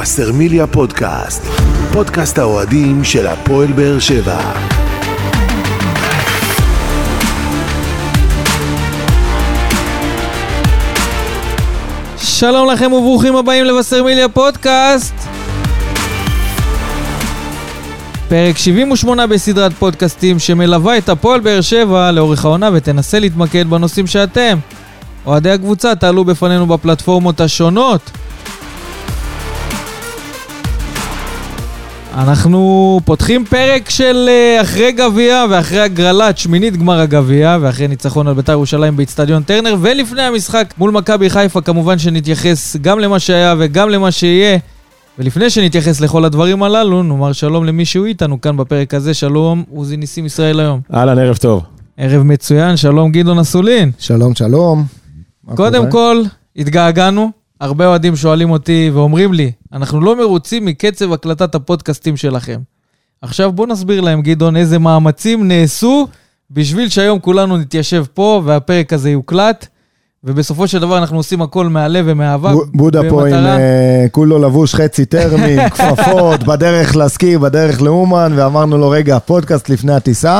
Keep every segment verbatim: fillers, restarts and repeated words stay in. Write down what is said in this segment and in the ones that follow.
וסרמיליה פודקאסט, פודקאסט האוהדים של הפועל באר שבע. שלום לכם וברוכים הבאים לבשרמיליה פודקאסט. פרק שבעים ושמונה בסדרת פודקאסטים שמלווה את הפועל באר שבע לאורך העונה ותנסה להתמקד בנושאים שאתם, אוהדי הקבוצה, תעלו בפנינו בפלטפורמות השונות. אנחנו פותחים פרק של אחרי גביע ואחרי הגרלת שמינית גמר הגביע ואחרי ניצחון על בית"ר ירושלים באצטדיון טרנר, ולפני המשחק מול מכבי חיפה כמובן שנתייחס גם למה שהיה וגם למה שיהיה. ולפני שנתייחס לכל הדברים הללו, נאמר שלום למישהו איתנו כאן בפרק הזה. שלום עוזי ניסים ישראל היום. אהלן, ערב טוב. ערב מצוין, שלום גדעון אסולין. שלום שלום. קודם כל התגעגענו, הרבה אוהדים שואלים אותי ואומרים לי, אנחנו לא מרוצים מקצב הקלטת הפודקאסטים שלכם. עכשיו בוא נסביר להם גדעון איזה מאמצים נעשו בשביל שהיום כולנו נתיישב פה והפרק הזה יוקלט, ובסופו של דבר אנחנו עושים הכל מהלב ומהאהבה. בודה פה עם כולו לבוש חצי טרמי, כפפות, בדרך לסקי, בדרך לאומן, ואמרנו לו רגע, פודקאסט לפני הטיסה.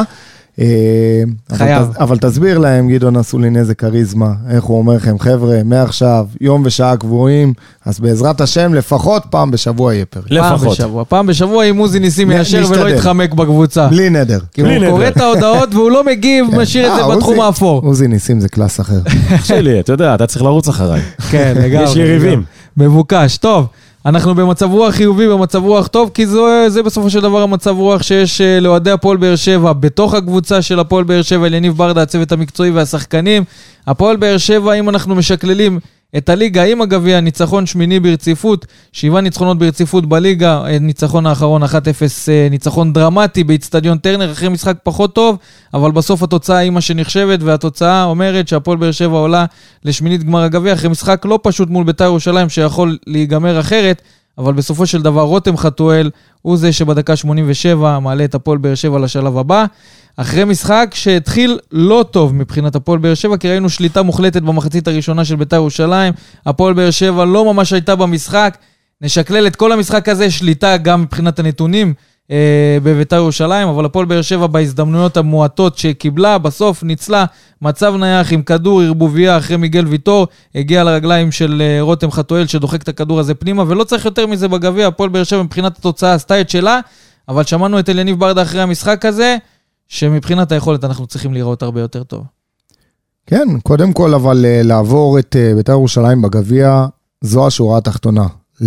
חייב. אבל תסביר להם גדעון אסולין איזה קריזמה, איך הוא אומר לכם, חבר'ה, מעכשיו, יום ושעה קבועים, אז בעזרת השם לפחות פעם בשבוע יהיה פרק. פעם בשבוע, פעם בשבוע עם עוזי ניסים יאשר ולא יתחמק בקבוצה. בלי נדר. כי הוא קורא את ההודעות והוא לא מגיב, משאיר את זה בתחום האפור. עוזי ניסים זה קלאס אחר. אח שלי, אתה יודע, אתה צריך לרוץ אחריי. כן, לגמרי. יש יריבים. מבוקש, טוב. אנחנו במצב רוח חיובי, במצב רוח טוב, כי זה, זה בסופו של דבר המצב רוח שיש לאוהדי הפועל באר שבע, בתוך הקבוצה של הפועל באר שבע, יניב ברדה, הצוות המקצועי והשחקנים. הפועל באר שבע, אם אנחנו משקללים את הליגה עם הגביע, ניצחון שמיני ברציפות, שבעה ניצחונות ברציפות בליגה, ניצחון האחרון אחת אפס, ניצחון דרמטי באצטדיון טרנר, אחרי משחק פחות טוב, אבל בסוף התוצאה היא מה שנחשבת, והתוצאה אומרת שהפועל באר שבע עולה לשמינית גמר הגביע, אחרי משחק לא פשוט מול בית"ר ירושלים, שיכול להיגמר אחרת, אבל בסופו של דבר רותם חתואל הוא זה שבדקה שמונים ושבע מעלה את הפועל באר שבע לשלב הבא, אחרי משחק שהתחיל לא טוב מבחינת הפועל באר שבע, כי ראינו שליטה מוחלטת במחצית הראשונה של בית"ר ירושלים, הפועל באר שבע לא ממש הייתה במשחק, נשקלל את כל המשחק הזה, שליטה גם מבחינת הנתונים אה, בבית"ר ירושלים, אבל הפועל באר שבע בהזדמנויות המועטות שקיבלה, בסוף ניצלה מצב נייח עם כדור ערבוביה אחרי מיגל ויטור, הגיע לרגליים של אה, רותם חתואל שדוחק את הכדור הזה פנימה, ולא צריך יותר מזה בגביע, הפועל באר שבע מבחינת התוצאה עשתה את שלה, אבל שמענו את יניב ברדה אחרי המשחק הזה, שמבחינת היכולת אנחנו צריכים לראות הרבה יותר טוב. כן, קודם כל אבל לעבור את בית"ר ירושלים בגביע, זו השורה התחתונה.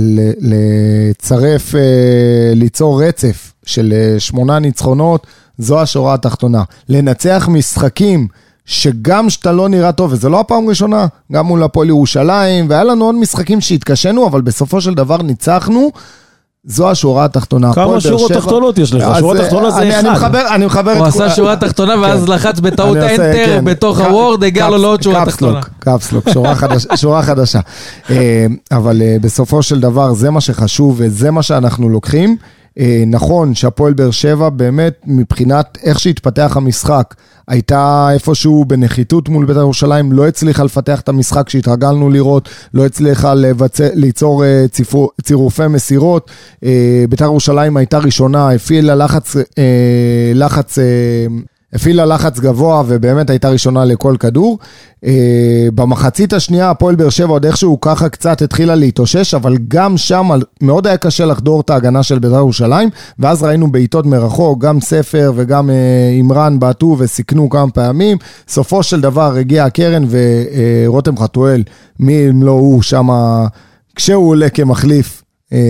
לצרף, ליצור רצף של שמונה ניצחונות, זו השורה התחתונה. לנצח משחקים שגם שאתה לא נראה טוב, וזה לא הפעם ראשונה, גם מול הפועל ירושלים, והיה לנו עוד משחקים שהתקשנו, אבל בסופו של דבר ניצחנו, זו השורה התחתונה. כמה שורות תחתונות יש לך? שורה תחתונה זה אחד. אני מחבר, אני מחבר הוא עשה שורה תחתונה ואז לחץ בטעות אנטר בתוך הוורד, הגיע לו לעוד שורה תחתונה. קפסלוק, שורה חדשה. אבל בסופו של דבר זה מה שחשוב וזה מה שאנחנו לוקחים. נכון שהפועל באר שבע באמת מבחינת איך שהתפתח המשחק הייתה איפשהו בנחיתות מול בית"ר ירושלים, לא הצליחה לפתח את המשחק שהתרגלנו לראות, לא הצליחה לבצע, ליצור ציפור, צירופי מסירות. בית"ר ירושלים הייתה ראשונה, הפעילה לחץ, לחץ, הפעילה לחץ גבוה ובאמת הייתה ראשונה לכל כדור. במחצית השנייה הפועל באר שבע עוד איכשהו ככה קצת התחילה להתאושש, אבל גם שם מאוד היה קשה לחדור את ההגנה של בית"ר ירושלים, ואז ראינו בעיטות מרחוק, גם ספר וגם אימרן בעטו וסיכנו כמה פעמים. סופו של דבר הגיע הקרן ורותם חתואל, מי אם לא הוא שם, כשהוא עולה כמחליף,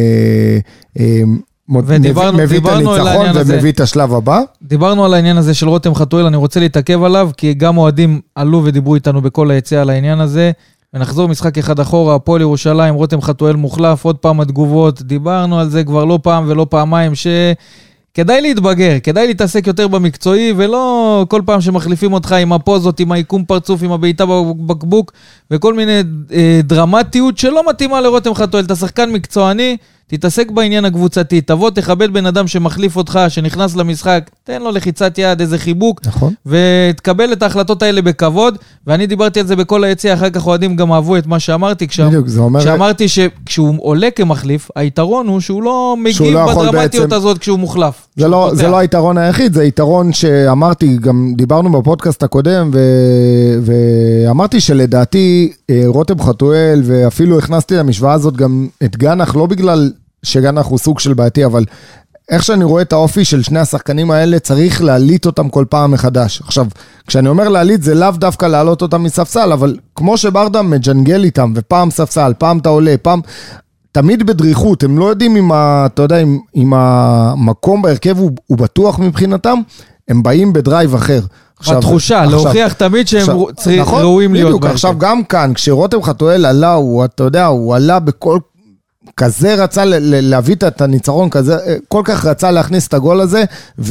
ודיברנו, מביא את הניצחון ומביא את השלב הבא. דיברנו על העניין הזה של רותם חתואל, אני רוצה להתעכב עליו, כי גם אוהדים עלו ודיברו איתנו בכל היציאה על העניין הזה, ונחזור משחק אחד אחורה, הפועל ירושלים, רותם חתואל מוחלף, עוד פעם התגובות, דיברנו על זה כבר לא פעם ולא פעמיים, שכדאי להתבגר, כדאי להתעסק יותר במקצועי, ולא כל פעם שמחליפים אותך עם הפוזות, עם העיקום פרצוף, עם הבעיטה בבקבוק, וכל מיני אה, דרמטיות שלא מתאימה לרותם חתואל, אתה שחקן מקצועני, תתעסק בעניין הקבוצתי, תבוא, תכבד בן אדם שמחליף אותך, שנכנס למשחק, תן לו לחיצת יד, איזה חיבוק, נכון. ותקבל את ההחלטות האלה בכבוד, ואני דיברתי על זה בכל היציאה, אחר כך אוהדים גם אהבו את מה שאמרתי, כשה... בדיוק, זה אומר... כשאמרתי שכשהוא עולה כמחליף, היתרון הוא שהוא לא מגיב לא בדרמטיות בעצם... הזאת כשהוא מוחלף. זה לא, זה לא היתרון היחיד, זה היתרון שאמרתי, גם דיברנו בפודקאסט הקודם, ו... ואמרתי שלדעתי רותם חתואל, ואפילו הכנסתי למשוואה הזאת גם את גנח, לא בגלל שגנח הוא סוג של בעייתי, אבל איך שאני רואה את האופי של שני השחקנים האלה, צריך להעליט אותם כל פעם מחדש. עכשיו, כשאני אומר להעליט, זה לאו דווקא להעלות אותם מספסל, אבל כמו שברדה מג'נגל איתם, ופעם ספסל, פעם אתה עולה, פעם... תמיד בדריכות, הם לא יודעים אם, ה, אתה יודע, אם, אם המקום בהרכב הוא, הוא בטוח מבחינתם, הם באים בדרייב אחר. התחושה, להוכיח תמיד שהם עכשיו, צריך, נכון, ראויים להיות בדיוק, עכשיו גם כאן, כשרותם חתואל עלה, הוא, אתה יודע, הוא עלה בכל... כזה רצה להביא את הניצרון, כזה, כל כך רצה להכניס את הגול הזה, ו,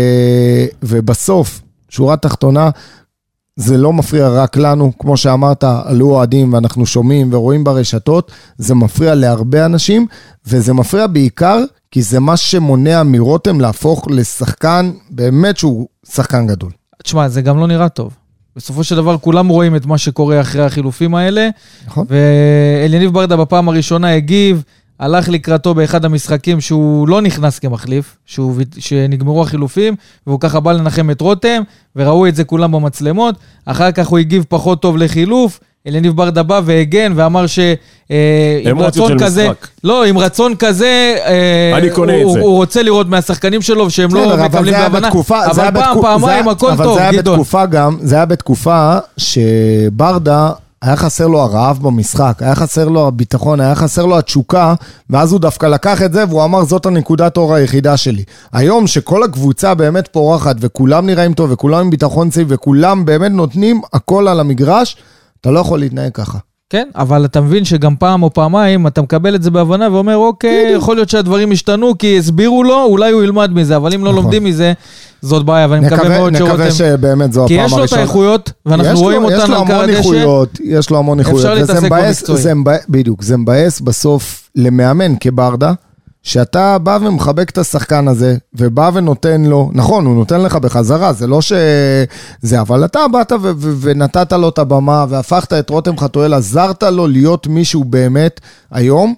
ובסוף, שורה תחתונה, זה לא מפריע רק לנו, כמו שאמרת, עלו אוהדים ואנחנו שומעים ורואים ברשתות, זה מפריע להרבה אנשים, וזה מפריע בעיקר, כי זה מה שמונע מרותם להפוך לשחקן, באמת שהוא שחקן גדול. תשמע, זה גם לא נראה טוב. בסופו של דבר כולם רואים את מה שקורה אחרי החילופים האלה, נכון. ואליניב ברדה בפעם הראשונה הגיב, הלך לקראתו באחד המשחקים שהוא לא נכנס כמחליף, שהוא, שנגמרו החילופים, והוא ככה בא לנחם את רותם, וראו את זה כולם במצלמות, אחר כך הוא הגיב פחות טוב לחילוף, אליניב ברדה בא והגן ואמר ש... עם רצון כזה, לא, עם רצון כזה, הוא, הוא רוצה לראות מהשחקנים שלו, שהם לא מקבלים בהבנה, אבל פעם, פעמיים, הכל טוב, גדעון. זה היה בתקופה שברדה, היה חסר לו הרעב במשחק, היה חסר לו הביטחון, היה חסר לו התשוקה, ואז הוא דווקא לקח את זה, והוא אמר, זאת הנקודת אור היחידה שלי. היום שכל הקבוצה באמת פורחת, וכולם נראים טוב, וכולם עם ביטחון ציב, וכולם באמת נותנים הכל על המגרש, אתה לא יכול להתנהג ככה. כן, אבל אתה מבין שגם פעם או פעמיים, אתה מקבל את זה בהבנה, ואומר, אוקיי, יכול להיות שהדברים השתנו, כי הסבירו לו, אולי הוא ילמד מזה, אבל אם לא לומדים מזה, זאת בעיה, ואני מקווה מאוד שרותם... נקווה שבאמת זו הפעם הראשונה. כי יש לו את האיכויות, ואנחנו רואים אותן על קר הדשא. יש לו המון איכויות. אפשר להתעסק במקצועי. בדיוק, זה מבאס בסוף למאמן כברדה, שאתה בא ומחבק את השחקן הזה, ובא ונותן לו, נכון, הוא נותן לך בחזרה, זה לא ש... זה, אבל אתה באת ו- ו- ונתת לו את הבמה, והפכת את רותם חתואל, עזרת לו להיות מישהו באמת היום,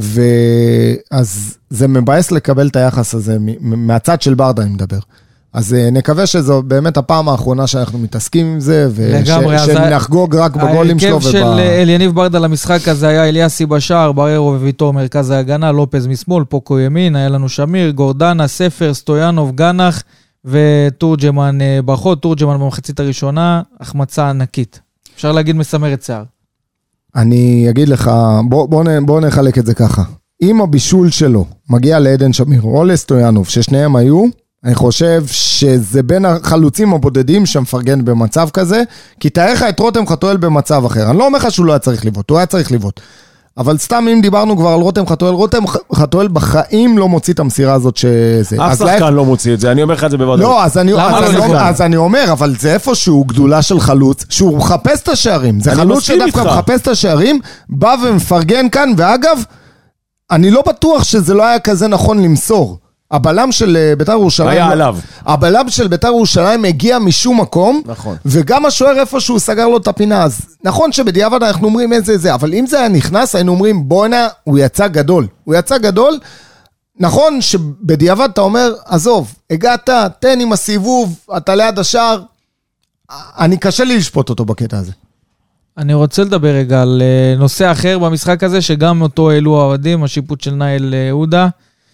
ואז זה מבאס לקבל את היחס הזה, מהצד של ברדה אני מדבר. אז נקווה שזו באמת הפעם האחרונה שאנחנו מתעסקים עם זה, ושנחגוג רק בגולים שלו. ההרכב של אליניב ברדה למשחק הזה היה אליאסי בשער, בררו וויטור מרכז ההגנה, לופז משמאל, פוקו ימין, היה לנו שמיר, גורדנה, ספר, סטויאנוב, גנח וטורג'מן בחוד, טורג'מן במחצית הראשונה, החמצה ענקית. אפשר להגיד מסמר את שיער. אני אגיד לך, בוא, בוא, בוא נחלק את זה ככה. אם הבישול שלו מגיע לעדן שמיר או לסטויאנוב, ששניהם היו, אני חושב שזה בין החלוצים הבודדים שמפרגן במצב כזה, כי תארך את רותם חתואל במצב אחר. אני לא אומר לך שהוא לא היה צריך לבעוט, הוא היה צריך לבעוט. אבל סתם אם דיברנו כבר על רותם חתואל, רותם חתואל בחיים לא מוציא את המסירה הזאת שזה. אף שחקן לא מוציא את זה, אני אומר לך את זה בוודאות. לא, אז אני, אז, לא אז אני אומר, אבל זה איפשהו גדולה של חלוץ, שהוא מחפש את השערים. זה חלוץ שדווקא מחפש את השערים, בא ומפרגן כאן, ואגב, אני לא בטוח שזה לא היה כזה נכון למסור. הבלם של בית"ר ירושלים היה עליו. הבלם של בית"ר ירושלים הגיע משום מקום, נכון. וגם השוער איפה שהוא סגר לו את הפינה, אז נכון שבדיעבד אנחנו אומרים איזה זה, אבל אם זה היה נכנס, היינו אומרים בואנה, הוא יצא גדול. הוא יצא גדול, נכון שבדיעבד אתה אומר, עזוב, הגעת, תן עם הסיבוב, אתה ליד השער, אני קשה לי לשפוט אותו בקטע הזה. אני רוצה לדבר רגע על נושא אחר במשחק הזה, שגם אותו העלו האוהדים, השיפוט של נייל יהודה,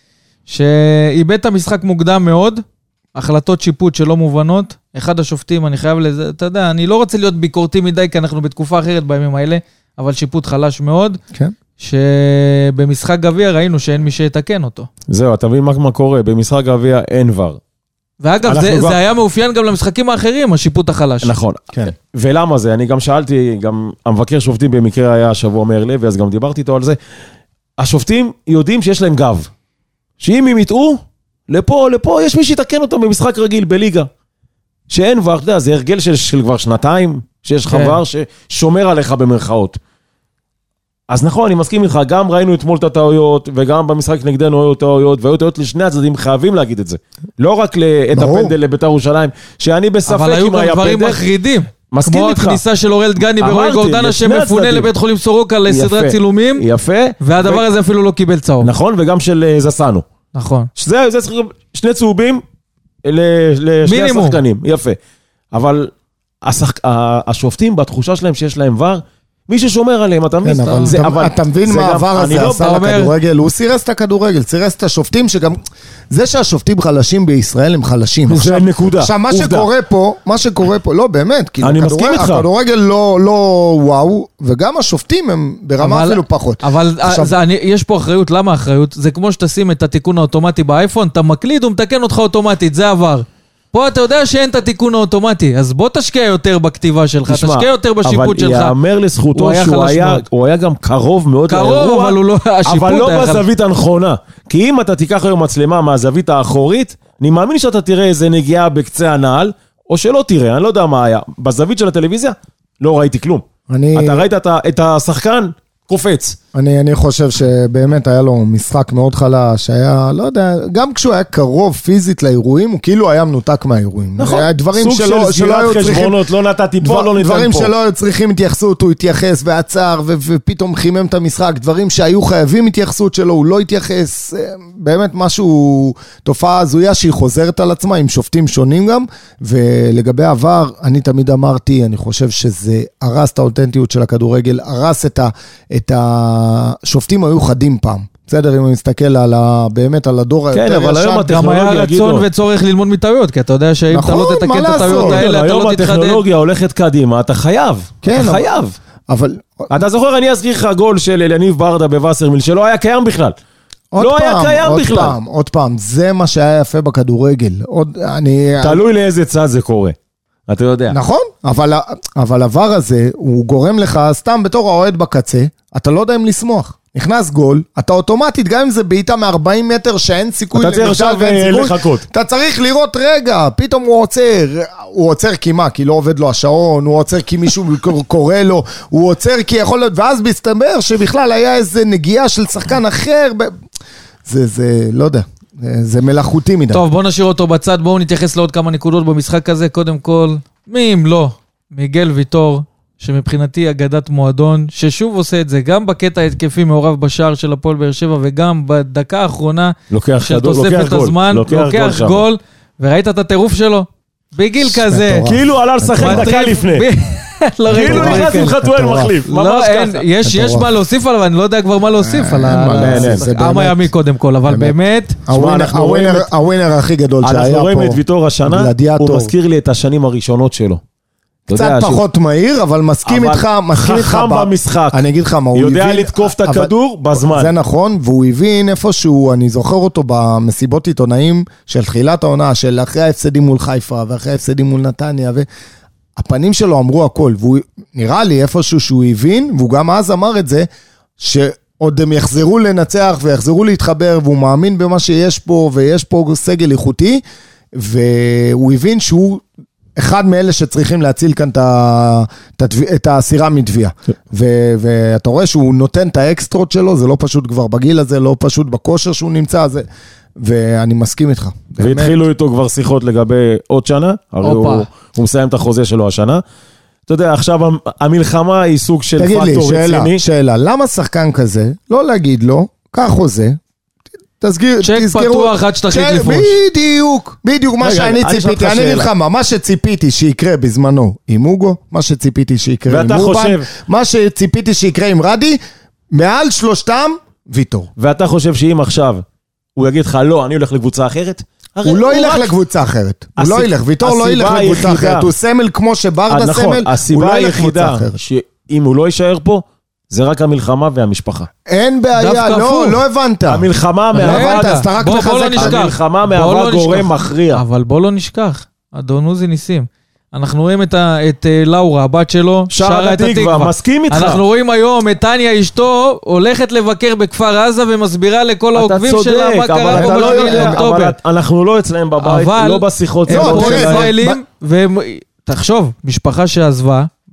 שאיבד את המשחק מוקדם מאוד, החלטות שיפוט שלא מובנות, אחד השופטים, אני חייב לזה, אתה יודע, אני לא רוצה להיות ביקורתי מדי, כי אנחנו בתקופה אחרת בימים האלה, אבל שיפוט חלש מאוד, כן. שבמשחק גביע ראינו שאין מי שיתקן אותו. זהו, אתה מבין מה קורה, במשחק גביע אין ור. ואגב, זה, כבר... זה היה מאופיין גם למשחקים האחרים, השיפוט החלש. נכון. כן. ולמה זה? אני גם שאלתי, גם המבקר שופטים במקרה היה שבוע מאיר לוי, אז גם דיברתי איתו על זה. השופטים יודעים שיש להם גב. שאם הם יטעו, לפה, לפה, יש מי שיתקן אותם במשחק רגיל, בליגה. שאין ור, אתה יודע, זה הרגל של, של כבר שנתיים, שיש לך ור ששומר עליך במרכאות. אז נכון, אני מסכים איתך, גם ראינו אתמול את הטעויות, וגם במשחק נגדנו היו טעויות, והיו טעויות לשני הצדדים, חייבים להגיד את זה. לא רק את הפנדל לבית"ר ירושלים, שאני בספק אם היה פנדל. אבל היו גם דברים מחרידים. מסכים איתך. כמו הכניסה של אורל דגני ברועי גורדנה, שמפונה לבית חולים סורוקה לסדרת צילומים. יפה. והדבר הזה אפילו לא קיבל צהוב. נכון, וגם של זסנו. נכון. זה צריך שני צהובים לשני השחקנים. יפה. אבל השופטים בתחושה שלהם שיש להם ור, מי ששומר עליהם, אתה מבין? אתה מבין מה העבר הזה עשה לכדורגל? הוא סירס את הכדורגל, סירס את השופטים, שגם זה שהשופטים חלשים בישראל הם חלשים. זה נקודה. עכשיו, מה שקורה פה, מה שקורה פה, לא באמת, אני מסכים איתך. הכדורגל לא וואו, וגם השופטים הם ברמה אפילו פחות. אבל יש פה אחריות, למה אחריות? זה כמו שתשים את התיקון האוטומטי באייפון, אתה מקליד ומתקן אותך אוטומטית, זה עבר. פה אתה יודע שאין את התיקון האוטומטי, אז בוא תשקיע יותר בכתיבה שלך, תשקיע יותר בשיפוט שלך. אבל יאמר לזכותו שהוא היה גם קרוב מאוד לאירוע, קרוב, אבל הוא לא, אבל לא בזווית הנכונה. כי אם אתה תיקח היום מצלמה מהזווית האחורית, אני מאמין שאתה תראה איזה נגיעה בקצה הנעל, או שלא תראה, אני לא יודע מה היה. בזווית של הטלוויזיה, לא ראיתי כלום. אתה ראית את השחקן? קופץ. אני, אני חושב שבאמת היה לו משחק מאוד חלש, היה, לא יודע, גם כשהוא היה קרוב פיזית לאירועים, הוא כאילו היה מנותק מהאירועים. נכון. דברים סוג שלא, של סגירת חשבונות, לא נתתי פה, לא ניתן פה. דברים שלא היו צריכים התייחסות, הוא התייחס ועצר, ו- ופתאום חימם את המשחק, דברים שהיו חייבים התייחסות שלו, הוא לא התייחס, באמת משהו, תופעה הזויה שהיא חוזרת על עצמה, עם שופטים שונים גם, ולגבי העבר, אני תמיד אמרתי, אני חושב שזה הרס את האותנטיות של הכדורגל, הרס את ה... את השופטים היו חדים פעם. בסדר, אם אני מסתכל על ה... באמת על הדור כן, היותר אבל היום גם היה הטכנולוגיה רצון וצורך ללמוד מטעויות, כי אתה יודע שאם אתה לא תתקן את הטעויות האלה, אתה לא תתחדד. היום הטכנולוגיה הולכת קדימה, אתה חייב. כן, אתה חייב. אבל... אתה זוכר, אני אזכיר לך גול של יניב ברדה בווסרמיל, שלא היה קיים בכלל. לא היה קיים בכלל. עוד פעם, עוד פעם, זה מה שהיה יפה בכדורגל. עוד, אני... תלוי לאיזה צד זה קורה. אתה יודע. נכון, אבל, אבל העבר הזה, הוא גורם לך, סתם בתור האוהד בקצה, אתה לא יודע אם לשמוח. נכנס גול, אתה אוטומטית, גם אם זה בעיטה מ-ארבעים מטר שאין סיכוי, אתה צריך עכשיו לחכות. אתה צריך לראות רגע, פתאום הוא עוצר, הוא עוצר כי מה? כי לא עובד לו השעון, הוא עוצר כי מישהו קורא לו, הוא עוצר כי יכול להיות, ואז מסתבר שבכלל היה איזה נגיעה של שחקן אחר, זה, זה, לא יודע. זה מלאכותי מדי. טוב, בוא נשאיר אותו בצד, בואו נתייחס לעוד כמה נקודות במשחק הזה. קודם כל, מי אם לא? מיגל ויטור, שמבחינתי אגדת מועדון, ששוב עושה את זה, גם בקטע התקפי מעורב בשער של הפועל באר שבע, וגם בדקה האחרונה של תוספת הזמן, לוקח גול, וראית את הטירוף שלו? בגיל כזה. כאילו עלה לשחק דקה לפני. כאילו נכנס עם חתואל מחליף. ממש ככה. יש מה להוסיף עליו, אני לא יודע כבר מה להוסיף על העם הימי קודם כל, אבל באמת... הווינר הכי גדול שהיה פה. אנחנו רואים את ויטור השנה, הוא מזכיר לי את השנים הראשונות שלו. קצת פחות מהיר, אבל מסכים איתך, מסכים איתך. חכם במשחק. אני אגיד לך מה, הוא יודע לתקוף את הכדור בזמן. זה נכון, והוא הבין איפשהו, אני זוכר אותו במסיבות עיתונאים של תחילת העונה, של אחרי ההפסדים מול חיפה, ואחרי ההפסדים מול נתניה, והפנים שלו אמרו הכל, והוא נראה לי איפשהו שהוא הבין, והוא גם אז אמר את זה, שעוד הם יחזרו לנצח, ויחזרו להתחבר, והוא מאמין במה שיש פה, ויש פה סגל איכותי, והוא הבין שהוא אחד מאלה שצריכים להציל כאן את הסירה מדוויה. ואתה רואה שהוא נותן את האקסטרות שלו, זה לא פשוט כבר בגיל הזה, לא פשוט בכושר שהוא נמצא, ואני מסכים איתך. והתחילו איתו כבר שיחות לגבי עוד שנה, הרי הוא מסיים את החוזה שלו השנה. אתה יודע, עכשיו המלחמה היא סוג של פקטור רציני. תגיד לי, שאלה, שאלה, למה שחקן כזה, לא להגיד לו, כך חוזה, תסגיר, צ'ק פתוח עד שתחליט לפרוש. בדיוק, בדיוק מה שאני ציפיתי. אני אגיד לך מה, מה שציפיתי שיקרה בזמנו עם אוגו, מה שציפיתי שיקרה עם אורבן, מה שציפיתי שיקרה עם רדי, מעל שלושתם, ויטור. ואתה חושב שאם עכשיו הוא יגיד לך, לא, אני הולך לקבוצה אחרת? הוא לא ילך לקבוצה אחרת. הוא לא ילך, ויטור לא ילך לקבוצה אחרת. הוא סמל כמו שברדה סמל, הוא לא ילך לקבוצה אחרת. שאם הוא לא יישאר פה, זה רק המלחמה והמשפחה. אין בעיה, לא, לא הבנת. המלחמה מהווה, בוא לא נשכח. המלחמה מהווה גורם מכריע. אבל בוא לא נשכח. אדון עוזי ניסים. אנחנו רואים את לאורה, הבת שלו, שרה את התקווה. מסכים איתך. אנחנו רואים היום את טניה אשתו, הולכת לבקר בכפר עזה ומסבירה לכל העוקבים שלה מה קרה פה בשביל אוקטובר. אנחנו לא אצלם בבית, לא בשיחות. הם פה ישראלים, תחשוב, משפחה שעזבה,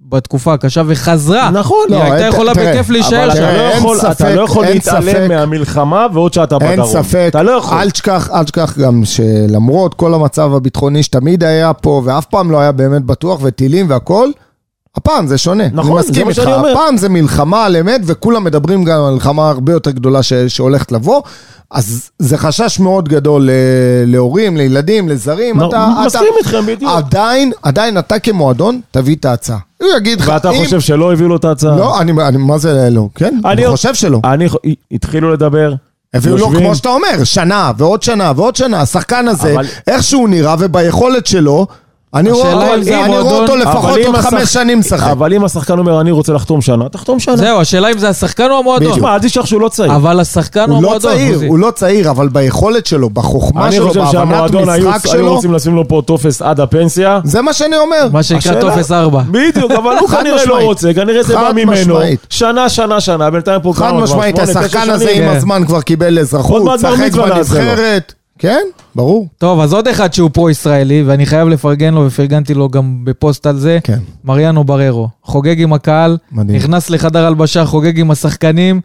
בתקופה הקשה וחזרה. נכון. היא לא, הייתה את- יכולה תראה, בכיף להישאר אבל שם. אתה לא אין יכול- ספק, אתה לא יכול אין להתעלם ספק. מהמלחמה ועוד שאתה אין בדרום. ספק, אתה לא יכול. אל תשכח, אל תשכח גם שלמרות כל המצב הביטחוני שתמיד היה פה, ואף פעם לא היה באמת בטוח, וטילים והכל, הפעם זה שונה. נכון, אני זה מסכים מה איתך, שאני אומר. הפעם זה מלחמה על אמת, וכולם מדברים גם על מלחמה הרבה יותר גדולה ש- שהולכת לבוא, אז זה חשש מאוד גדול ל- להורים, לילדים, לזרים. לא, אתה- אתה- מסכים איתכם בדיוק. עדיין, עדיין אתה כמועדון, תביא את ההצעה. הוא יגיד לך, ואתה אם- חושב שלא הביאו לו את ההצעה? לא, אני, אני, מה זה לא? כן, אני, אני- חושב שלא. אני, התחילו לדבר. הביאו לו, יושבים. כמו שאתה אומר, שנה ועוד שנה ועוד שנה, השחקן הזה, אבל- איך שהוא נראה וביכולת שלו, אני רואה השאלה אותו- אם זה אני רואה המועדון- אותו לפחות אבל אם עוד השח- חמש שנים משחק. אבל אם השחקן אומר, אני רוצה לחתום שנה, תחתום שנה. זהו, השאלה אם זה השחקן או המועדון. תשמע, אל תשכח שהוא לא צעיר. אבל השחקן או הוא לא המועדון. צעיר, עוזי. הוא לא צעיר, אבל ביכולת שלו, בחוכמה אני שלו, חושב בהבנת שהמועדון היו משחק היו שלו, רוצים לשים לו פה טופס עד הפנסיה. זה מה שאני אומר. מה שנקרא השאלה- טופס ארבע. בדיוק, אבל הוא חד כנראה משמעית. לא רוצה, כנראה זה בא חד ממנו. משמעית. שנה, שנה, שנה, בינתיים פה חד כמה, כבר משמעית, שמונה, תשע השחקן הזה שנים. עם כן. הזמן כבר קיבל אזרחות, עוד מעט בר שחק מצווה נעשה לו. בנבחרת. כן, ברור. טוב, אז עוד אחד שהוא פרו-ישראלי, ואני חייב לפרגן לו, ופרגנתי לו גם בפוסט על זה, כן. מריאנו בררו. חוגג עם הקהל, מדהים. נכנס לחדר הלבשה, חוגג עם השחקנים,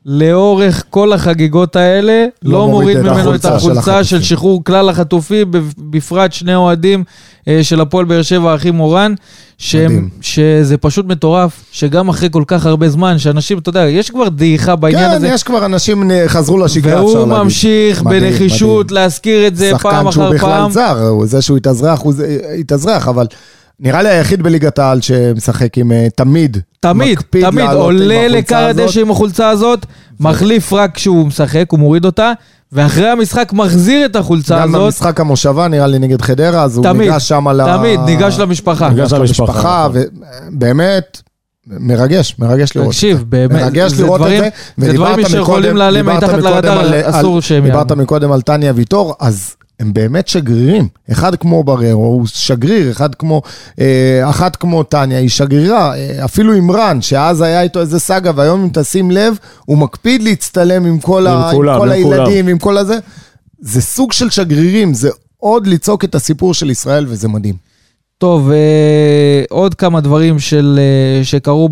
לאורך כל החגיגות האלה, לא לא מוריד מוריד את ממנו את החולצה של החולצה של החטופים. שחרור כלל החטופים, בפרט שני אוהדים אה, של הפועל באר שבע, האחים מורן, שהם- מדהים. שזה פשוט מטורף, שגם אחרי כל כך הרבה זמן, שאנשים, אתה יודע, יש כבר דעיכה בעניין כן, הזה, יש כבר אנשים חזרו לשגרה, אפשר והוא להגיד. ממשיך מדהים, בנחישות מדהים. להזכיר את זה פעם שחקן שהוא אחר בכלל פעם. זר, הוא- זה שהוא התאזרח, הוא זה- התאזרח, אבל נראה לי היחיד בליגת העל שמשחק עם אה, תמיד. תמיד, מקפיד תמיד, לעלות עם עולה החולצה לקר הזאת. הדשא עם החולצה הזאת, מחליף רק כשהוא משחק, הוא מוריד אותה, ואחרי המשחק מחזיר את החולצה גם הזאת, במשחק המושבה, נראה לי נגד חדרה, אז הוא תמיד, ניגש שם ל... תמיד, ניגש למשפחה. ניגש למשפחה, ובאמת, מרגש, מרגש לראות. תקשיב, באמת, מרגש זה לראות את דברים- זה. זה ודיברת דברים שיכולים מקודם- להיעלם דיברת מתחת מקודם לרדאר, על- אסור על- שהם דיברת יעלמו. מקודם על טניה ויטור, אז הם באמת שגרירים. אחד כמו בררו, הוא שגריר, אחד כמו, אה, אחת כמו טניה, היא שגרירה. אה, אפילו אימרן, שאז היה איתו איזה סאגה, והיום אם תשים לב, הוא מקפיד להצטלם עם כל, עם ה, כולם, עם כל עם כולם. הילדים, עם כל הזה. זה סוג של שגרירים, זה עוד לצעוק את הסיפור של ישראל, וזה מדהים. טוב, אה, עוד כמה דברים של, אה, שקרו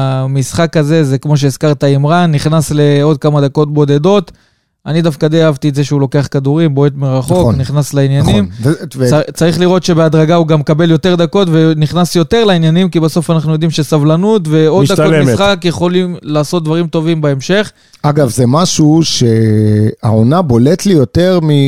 במשחק הזה, זה כמו שהזכרת אימרן, נכנס לעוד כמה דקות בודדות, אני דווקא די אהבתי את זה שהוא לוקח כדורים, בועט מרחוק, נכון, נכנס לעניינים. נכון. ו- ו- צר, צריך לראות שבהדרגה הוא גם מקבל יותר דקות ונכנס יותר לעניינים, כי בסוף אנחנו יודעים שסבלנות ועוד משתלמת. דקות משחק יכולים לעשות דברים טובים בהמשך. אגב, זה משהו שהעונה בולט לי יותר מ...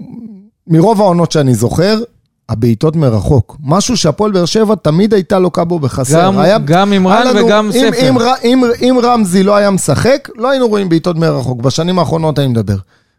מרוב העונות שאני זוכר, הבעיטות מרחוק. משהו שהפועל באר שבע תמיד הייתה לוקה בו בחסר. גם, היה... גם אימרן היה לנו- וגם אם, ספר. אם, אם, אם רמזי לא היה משחק, לא היינו רואים בעיטות מרחוק. בשנים האחרונות אני מדבר.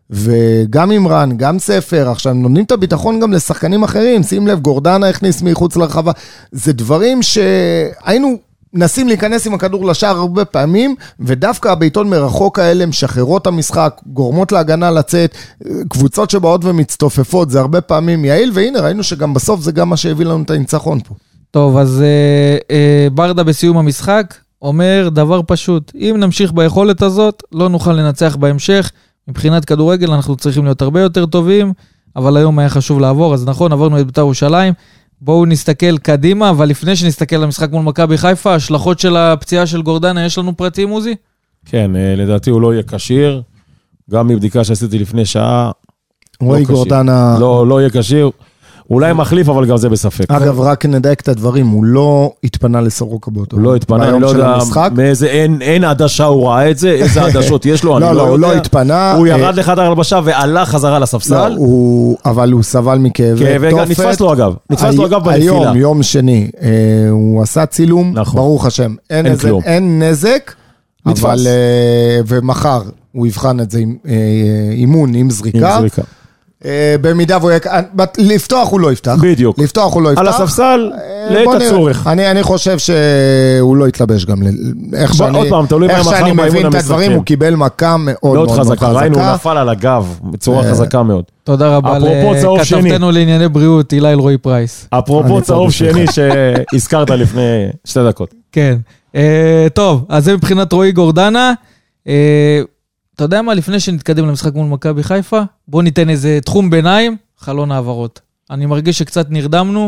וגם אימרן, גם ספר, עכשיו הם נותנים את הביטחון גם לשחקנים אחרים, שים לב, גורדנה הכניס מחוץ לרחבה. זה דברים שהיינו נסים להיכנס עם הכדור לשער הרבה פעמים, ודווקא הבעיטות מרחוק האלה משחררות את המשחק, גורמות להגנה לצאת, קבוצות שבאות ומצטופפות, זה הרבה פעמים יעיל, והנה ראינו שגם בסוף זה גם מה שהביא לנו את הניצחון פה. טוב, אז אה, אה, ברדה בסיום המשחק אומר דבר פשוט, אם נמשיך ביכולת הזאת, לא נוכל לנצח בהמשך, מבחינת כדורגל אנחנו צריכים להיות הרבה יותר טובים, אבל היום היה חשוב לעבור, אז נכון, עברנו את בית"ר ירושלים, בואו נסתכל קדימה, אבל לפני שנסתכל למשחק מול מכבי חיפה, השלכות של הפציעה של גורדנה, יש לנו פרטים, עוזי? כן, לדעתי הוא לא יהיה כשיר, גם מבדיקה שעשיתי לפני שעה, רועי לא כשיר. גורדנה... לא, לא יהיה כשיר, אולי מחליף, אבל גם זה בספק. אגב, רק נדייק את הדברים, הוא לא התפנה לסורוקה באותו. הוא לא התפנה, אני לא ביום של יודע המשחק. מאיזה, אין, אין עדשה הוא ראה את זה, איזה עדשות יש לו, אני לא, לא לא, יודע. הוא לא התפנה. הוא אה, ירד לחדר הלבשה ועלה חזרה לא, לספסל. הוא- אבל הוא סבל מכאבי כאבי גב, תופת. נתפס לו אגב, נתפס לו הי- אגב בנפילה. היום, יום שני, אה, הוא עשה צילום, נכון. ברוך השם, אין אין איזה- כלום. אין נזק, נתפס. אבל, אה, ומחר הוא יבחן את זה עם אה, אימון, עם עם זריקה. זריקה. אה, במידה והוא יהיה... לפתוח הוא לא יפתח. בדיוק. לפתוח הוא לא יפתח. על הספסל, אה, לעת בוא נראה. הצורך. אני, אני חושב שהוא לא יתלבש גם, ל- איך בוא, שאני, עוד פעם, תלוי איך מה מחר שאני באימון מבין את המשחקים. הדברים, הוא קיבל מכה מאוד מאוד מאוד מאוד חזקה, ראינו, הוא חזקה. נפל על הגב בצורה אה, חזקה מאוד. תודה רבה אפרופו צהוב שני. לכתבתנו לענייני בריאות, אילי אלרועי פרייס. אפרופו אני צהוב פה שני שהזכרת לפני שתי דקות. כן. אה, טוב, אז זה מבחינת רועי גורדנה. אה, אתה יודע מה, לפני שנתקדם למשחק מול מכבי חיפה, בוא ניתן איזה תחום ביניים, חלון העברות. אני מרגיש שקצת נרדמנו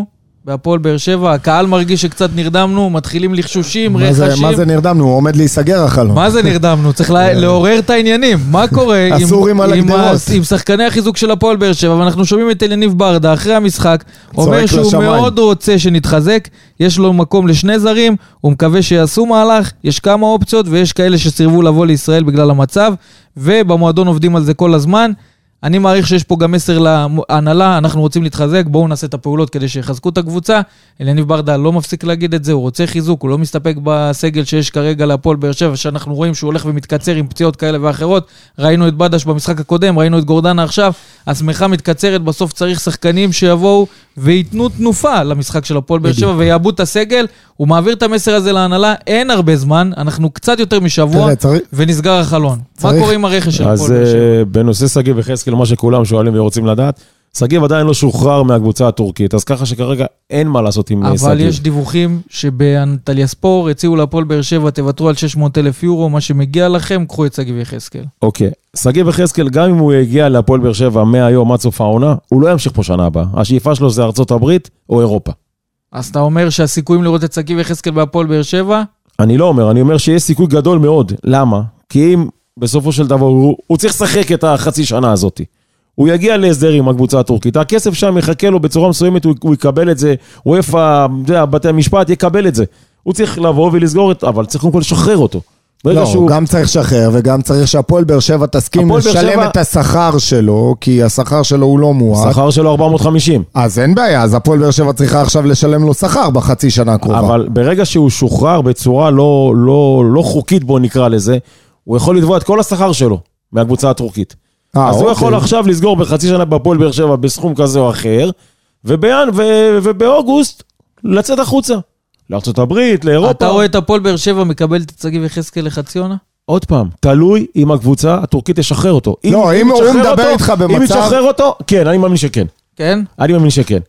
בהפועל באר שבע, הקהל מרגיש שקצת נרדמנו, מתחילים לחשושים, מה זה, רכשים. מה זה נרדמנו? הוא עומד להיסגר החלום. מה זה נרדמנו? צריך לעורר את העניינים. מה קורה עם, עם, עם שחקני החיזוק של הפועל באר שבע, ואנחנו שומעים את אליניב ברדה אחרי המשחק, אומר שהוא לשמיים. מאוד רוצה שנתחזק, יש לו מקום לשני זרים, הוא מקווה שיעשו מהלך, יש כמה אופציות, ויש כאלה שסירבו לבוא לישראל בגלל המצב, ובמועדון עובדים על זה כל הזמן. אני מעריך שיש פה גם מסר להנהלה, אנחנו רוצים להתחזק, בואו נעשה את הפעולות כדי שיחזקו את הקבוצה. אליניב ברדה לא מפסיק להגיד את זה, הוא רוצה חיזוק, הוא לא מסתפק בסגל שיש כרגע להפועל באר שבע, שאנחנו רואים שהוא הולך ומתקצר עם פציעות כאלה ואחרות. ראינו את בדש במשחק הקודם, ראינו את גורדנה עכשיו, השמחה מתקצרת, בסוף צריך שחקנים שיבואו ויתנו תנופה למשחק של הפועל באר שבע ויעבו את הסגל. הוא מעביר את המסר הזה להנהלה, אין הרבה זמן, אנחנו קצת יותר משבוע ונסגר החלון. מה קורה עם הרכש של הפועל באר שבע? אז בנושא שגיב וחזקאל, מה שכולם שואלים ורוצים לדעת, שגיב עדיין לא שוחרר מהקבוצה הטורקית, אז ככה שכרגע אין מה לעשות עם שגיב. אבל יש דיווחים שבאנטליה ספור הציעו להפועל באר שבע, תוותרו על שש מאות אלף יורו, מה שמגיע לכם, קחו את שגיב וחזקאל. אוקיי, שגיב וחזקאל, גם אם הוא יגיע להפועל באר שבע מהיום עד סוף העונה, הוא לא ימשיך פה שנה הבאה. השאיפה שלו זה ארצות הברית או אירופה. אז אתה אומר שהסיכויים לראות את שגיב וחזקאל בהפועל באר שבע? אני לא אומר, אני אומר שיש סיכוי גדול מאוד. למה? כי אם בסופו של דבר הוא, הוא צריך לשחק את החצי שנה הזאת. הוא יגיע להסדר עם הקבוצה הטורקית. הכסף שם יחכה לו בצורה מסוימת, הוא, הוא יקבל את זה. הוא איפה, בתי המשפט יקבל את זה. הוא צריך לבוא ולסגור את, אבל צריך קודם כל לשחרר אותו. לא, שהוא... גם צריך לשחרר, וגם צריך שהפועל באר שבע תסכים לשלם שבע... את השכר שלו, כי השכר שלו הוא לא מועט. השכר שלו ארבע מאות וחמישים. אז אין בעיה, אז הפועל באר שבע צריכה עכשיו לשלם לו שכר בחצי שנה הקרובה. אבל ברגע שהוא שוחרר בצורה לא, לא, לא חוקית, בו נקרא לזה, הוא יכול לתבוע את כל השכר שלו מהקבוצה הטורקית. 아, אז אוקיי. הוא יכול עכשיו לסגור בחצי שנה בפועל באר שבע בסכום כזה או אחר, ובען, ו... ובאוגוסט לצאת החוצה. לארצות הברית, לאירופה. אתה רואה את הפועל באר שבע מקבל את שגיב וחזקאל לחצי עונה? עוד פעם, תלוי אם הקבוצה הטורקית תשחרר אותו. לא, אם הוא מדבר איתך במצב... אם תשחרר אותו, כן, אני מאמין שכן. כן? אני מאמין שכן.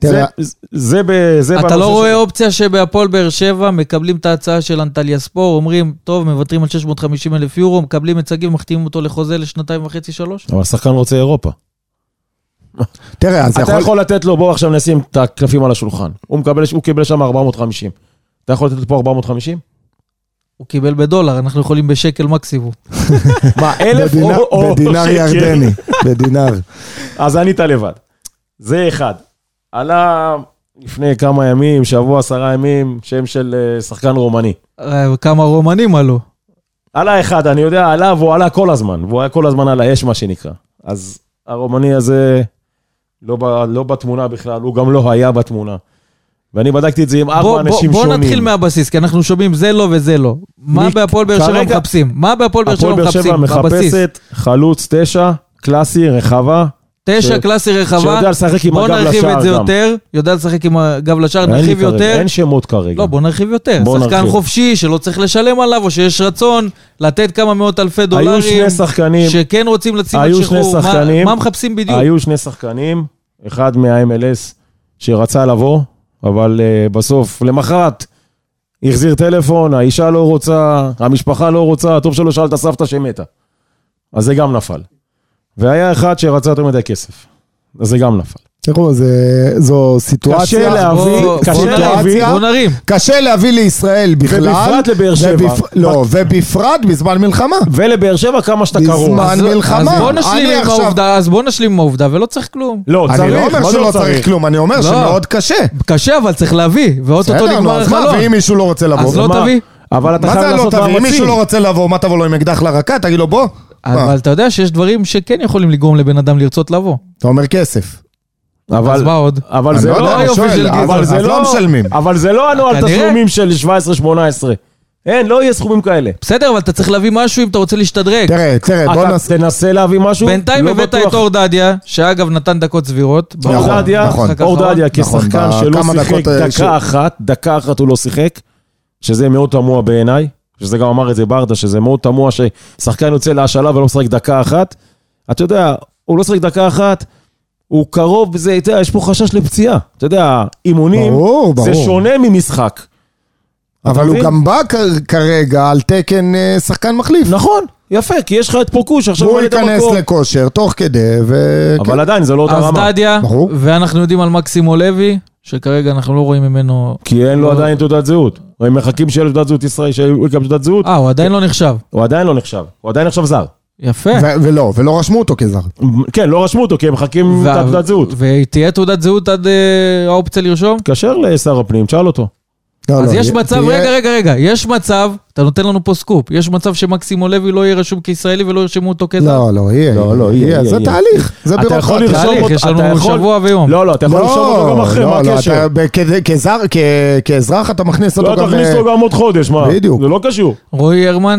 זה בזה... אתה לא רואה אופציה שבהפועל באר שבע מקבלים את ההצעה של אנטליה ספור, אומרים, טוב, מוותרים על שש מאות וחמישים אלף יורו, מקבלים את שגיב, מחתימים אותו לחוזה לשנתיים וחצי, שלוש? אבל השחקן רוצה אירופה. תראה, אז אתה יכול לתת לו, בוא עכשיו נשים את הקלפים על השולחן. הוא קיבל שם ארבע מאות וחמישים. אתה יכול לתת פה ארבע מאות וחמישים? הוא קיבל בדולר, אנחנו יכולים בשקל מקסימום. מה, אלף או שקל? בדינר ירדני, בדינר. אז ענית לבד. זה אחד. עלה לפני כמה ימים, שבוע, עשרה ימים, שם של שחקן רומני. כמה רומנים עלו? עלה אחד, אני יודע, עלה והוא עלה כל הזמן. והוא היה כל הזמן על האש, מה שנקרא. אז הרומני הזה לא, לא בתמונה בכלל, הוא גם לא היה בתמונה. ואני בדקתי את זה עם ארבע אנשים בוא שונים. בוא נתחיל מהבסיס, כי אנחנו שומעים זה לא וזה לא. מה בהפועל באר שבע מחפשים? מה בהפועל באר שבע מחפשים? הפועל באר שבע מחפשת חלוץ תשע, קלאסי, רחבה. תשע, קלאסי, רחבה. שיודע לשחק עם הגב לשער גם. בוא נרחיב את זה יותר. יודע לשחק עם הגב לשער, נרחיב יותר. אין שמות כרגע. לא, בוא נרחיב יותר. שחקן חופשי, שלא צריך לשלם עליו, או שיש רצון לתת כמה מאות אלפי דולרים. היו שני שחקנים. שכן רוצים לשים את שחרור. מה מחפשים בדיוק? היו שני שחקנים, אחד מה-אם אל אס שרצה לבוא, אבל uh, בסוף, למחרת, החזיר טלפון, האישה לא רוצה, המשפחה לא רוצה, טוב שלא שאלת סבתא שמתה. אז זה גם נפל. והיה אחד שרצה יותר מדי כסף. אז זה גם נפל. תראו, זו סיטואציה... קשה להביא, קשה להביא, בוא נרים. קשה להביא לישראל בכלל. ובפרט לבאר שבע. לא, ובפרט בזמן מלחמה. ולבאר שבע כמה שאתה קרוב. בזמן מלחמה. אז בוא נשלים עם העובדה, אז בוא נשלים עם העובדה, ולא צריך כלום. לא, צריך. אני לא אומר שלא צריך כלום, אני אומר שמאוד קשה. קשה, אבל צריך להביא. ואוטוטו נגמר החלון. ואם מישהו לא רוצה לבוא. אז לא תביא. אבל אתה חייב לעשות מאמצים. אם מישהו לא רוצה לבוא, מה תבוא לו עם אקדח לרקה? תגיד לו בוא. אבל אתה יודע שיש דברים שכן יכולים לגרום לבן אדם לרצות לבוא. אתה אומר כסף. אז מה עוד? אבל זה לא היופי של גיז. אבל זה לא הנועל תשלומים של שבע עשרה שמונה עשרה. אין, לא יהיה סכומים כאלה. בסדר, אבל אתה צריך להביא משהו אם אתה רוצה להשתדרג. תראה, תראה, בוא ננסה. תנסה להביא משהו. בינתיים הבאת את אור דדיה, שאגב נתן דקות סבירות. אור דדיה, אור דדיה כשחקן שלא שיחק דקה אחת, דקה אחת הוא לא שיחק, שזה מאוד תמוה בעיניי. שזה גם אמר את זה ברדה, שזה מאוד תמוה ששחקן יוצא להשאלה ולא משחק דקה אחת. אתה יודע, הוא לא משחק דקה אחת, הוא קרוב בזה, אתה יודע, יש פה חשש לפציעה. אתה יודע, אימונים, ברור, ברור. זה שונה ממשחק. אבל הוא גם בא כרגע על תקן שחקן מחליף. נכון, יפה, כי יש לך את פורקוש, עכשיו הוא ייכנס לכושר, תוך כדי, ו... אבל עדיין, זה לא אותה רמה. אז דדיה, ואנחנו יודעים על מקסימו לוי, שכרגע אנחנו לא רואים ממנו... כי אין לו עדיין תעודת זהות. הם מחכים שיהיה לו תעודת זהות ישראל, שהוא יקבל תעודת זהות. אה, הוא עדיין לא נחשב. הוא עדיין לא נחשב. הוא עדיין נחשב זר. יפה. ולא, ולא רשמו אותו כזר. כן, לא רשמו אותו, כי הם מחכים את תעודת זהות. ותהיה תעודת זהות עד האופציה לרשום? תקשר לשר הפנים, תשאל אותו. אז יש מצב, רגע, רגע, רגע, יש מצב, אתה נותן לנו פה סקופ, יש מצב שמקסימו לוי לא יהיה רשום כישראלי ולא ירשמו אותו כזר? לא, לא, יהיה. לא, לא, יהיה. זה תהליך, זה בירוקרטיה. תהליך, יש לנו שבוע ויום. לא, לא, אתה יכול לרשום אותו גם אחרי, מה הקשר? כאזרח אתה מכניס אותו גם... לא, תכניס אותו גם עוד חודש, מה? בדיוק. זה לא קשור. רועי הרמן?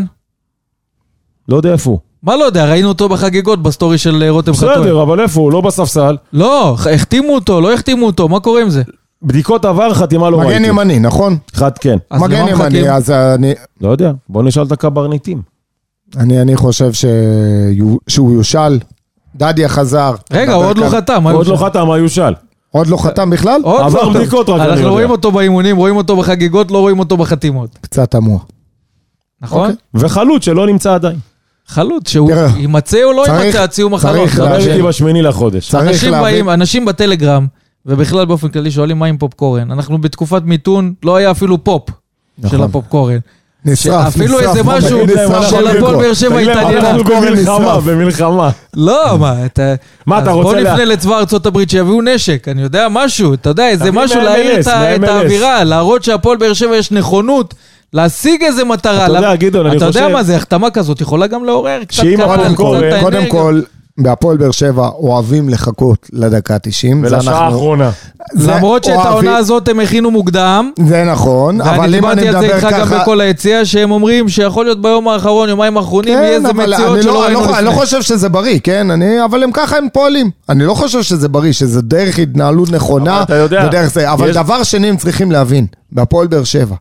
לא יודע איפה הוא. מה לא יודע, ראינו אותו בחגיגות בסטורי של רותם חתואל. בסדר, אבל איפה הוא? לא בספסל. לא, החתימו אותו, לא החתימו אותו, מה קורה עם זה? בדיקות עבר, חתימה לא ראיתי. מגן ימני, נכון? חד כן. מגן ימני, אז אני... לא יודע, בוא נשאל את הקברניטים. אני, אני חושב שהוא יושל, דדיה חזר. רגע, הוא עוד לא חתם. עוד לא חתם, מה יושל? עוד לא חתם בכלל? עבר בדיקות רק. אנחנו רואים אותו באימונים, רואים אותו בחגיגות, לא רואים אותו בחתימות. קצת תמוה. נכון? וחלוץ שלא נמצא עדיין. חלוץ, שהוא יימצא או לא יימצא, הציום החלוץ. דבר איתי בשמיני לחודש. אנשים באים, אנשים בטלגרם, ובכלל באופן כללי שואלים מה עם פופקורן. אנחנו בתקופת מיתון, לא היה אפילו פופ של הפופקורן. נשרף, אפילו איזה משהו של הפועל באר שבע התעניינה. אנחנו במלחמה, במלחמה. לא, מה, אתה... מה אתה רוצה? בוא נפנה לצבא ארצות הברית שיביאו נשק, אני יודע משהו, אתה יודע, איזה משהו להעיר את האווירה, להראות שהפועל באר שבע יש נכונות, להשיג איזה מטרה. אתה יודע, גדעון, אני אתה חושב... יודע מה זה, החתמה כזאת יכולה גם לעורר קצת קהל, קודם כל, בהפועל באר שבע אוהבים לחכות לדקה תשעים. ולשעה האחרונה. למרות שאת העונה הזאת הם הכינו מוקדם. זה נכון, אבל אם אני מדבר ככה... ואני דיברתי על זה איתך גם בכל היציאה, שהם אומרים שיכול להיות ביום האחרון, יומיים האחרונים, יהיה איזה מציאות שלא ראינו לפני. אני לא חושב שזה בריא, כן? אבל הם ככה הם פועלים. אני לא חושב שזה בריא, שזה דרך התנהלות נכונה. אבל דבר שני הם צריכים להבין, בהפועל באר שבע.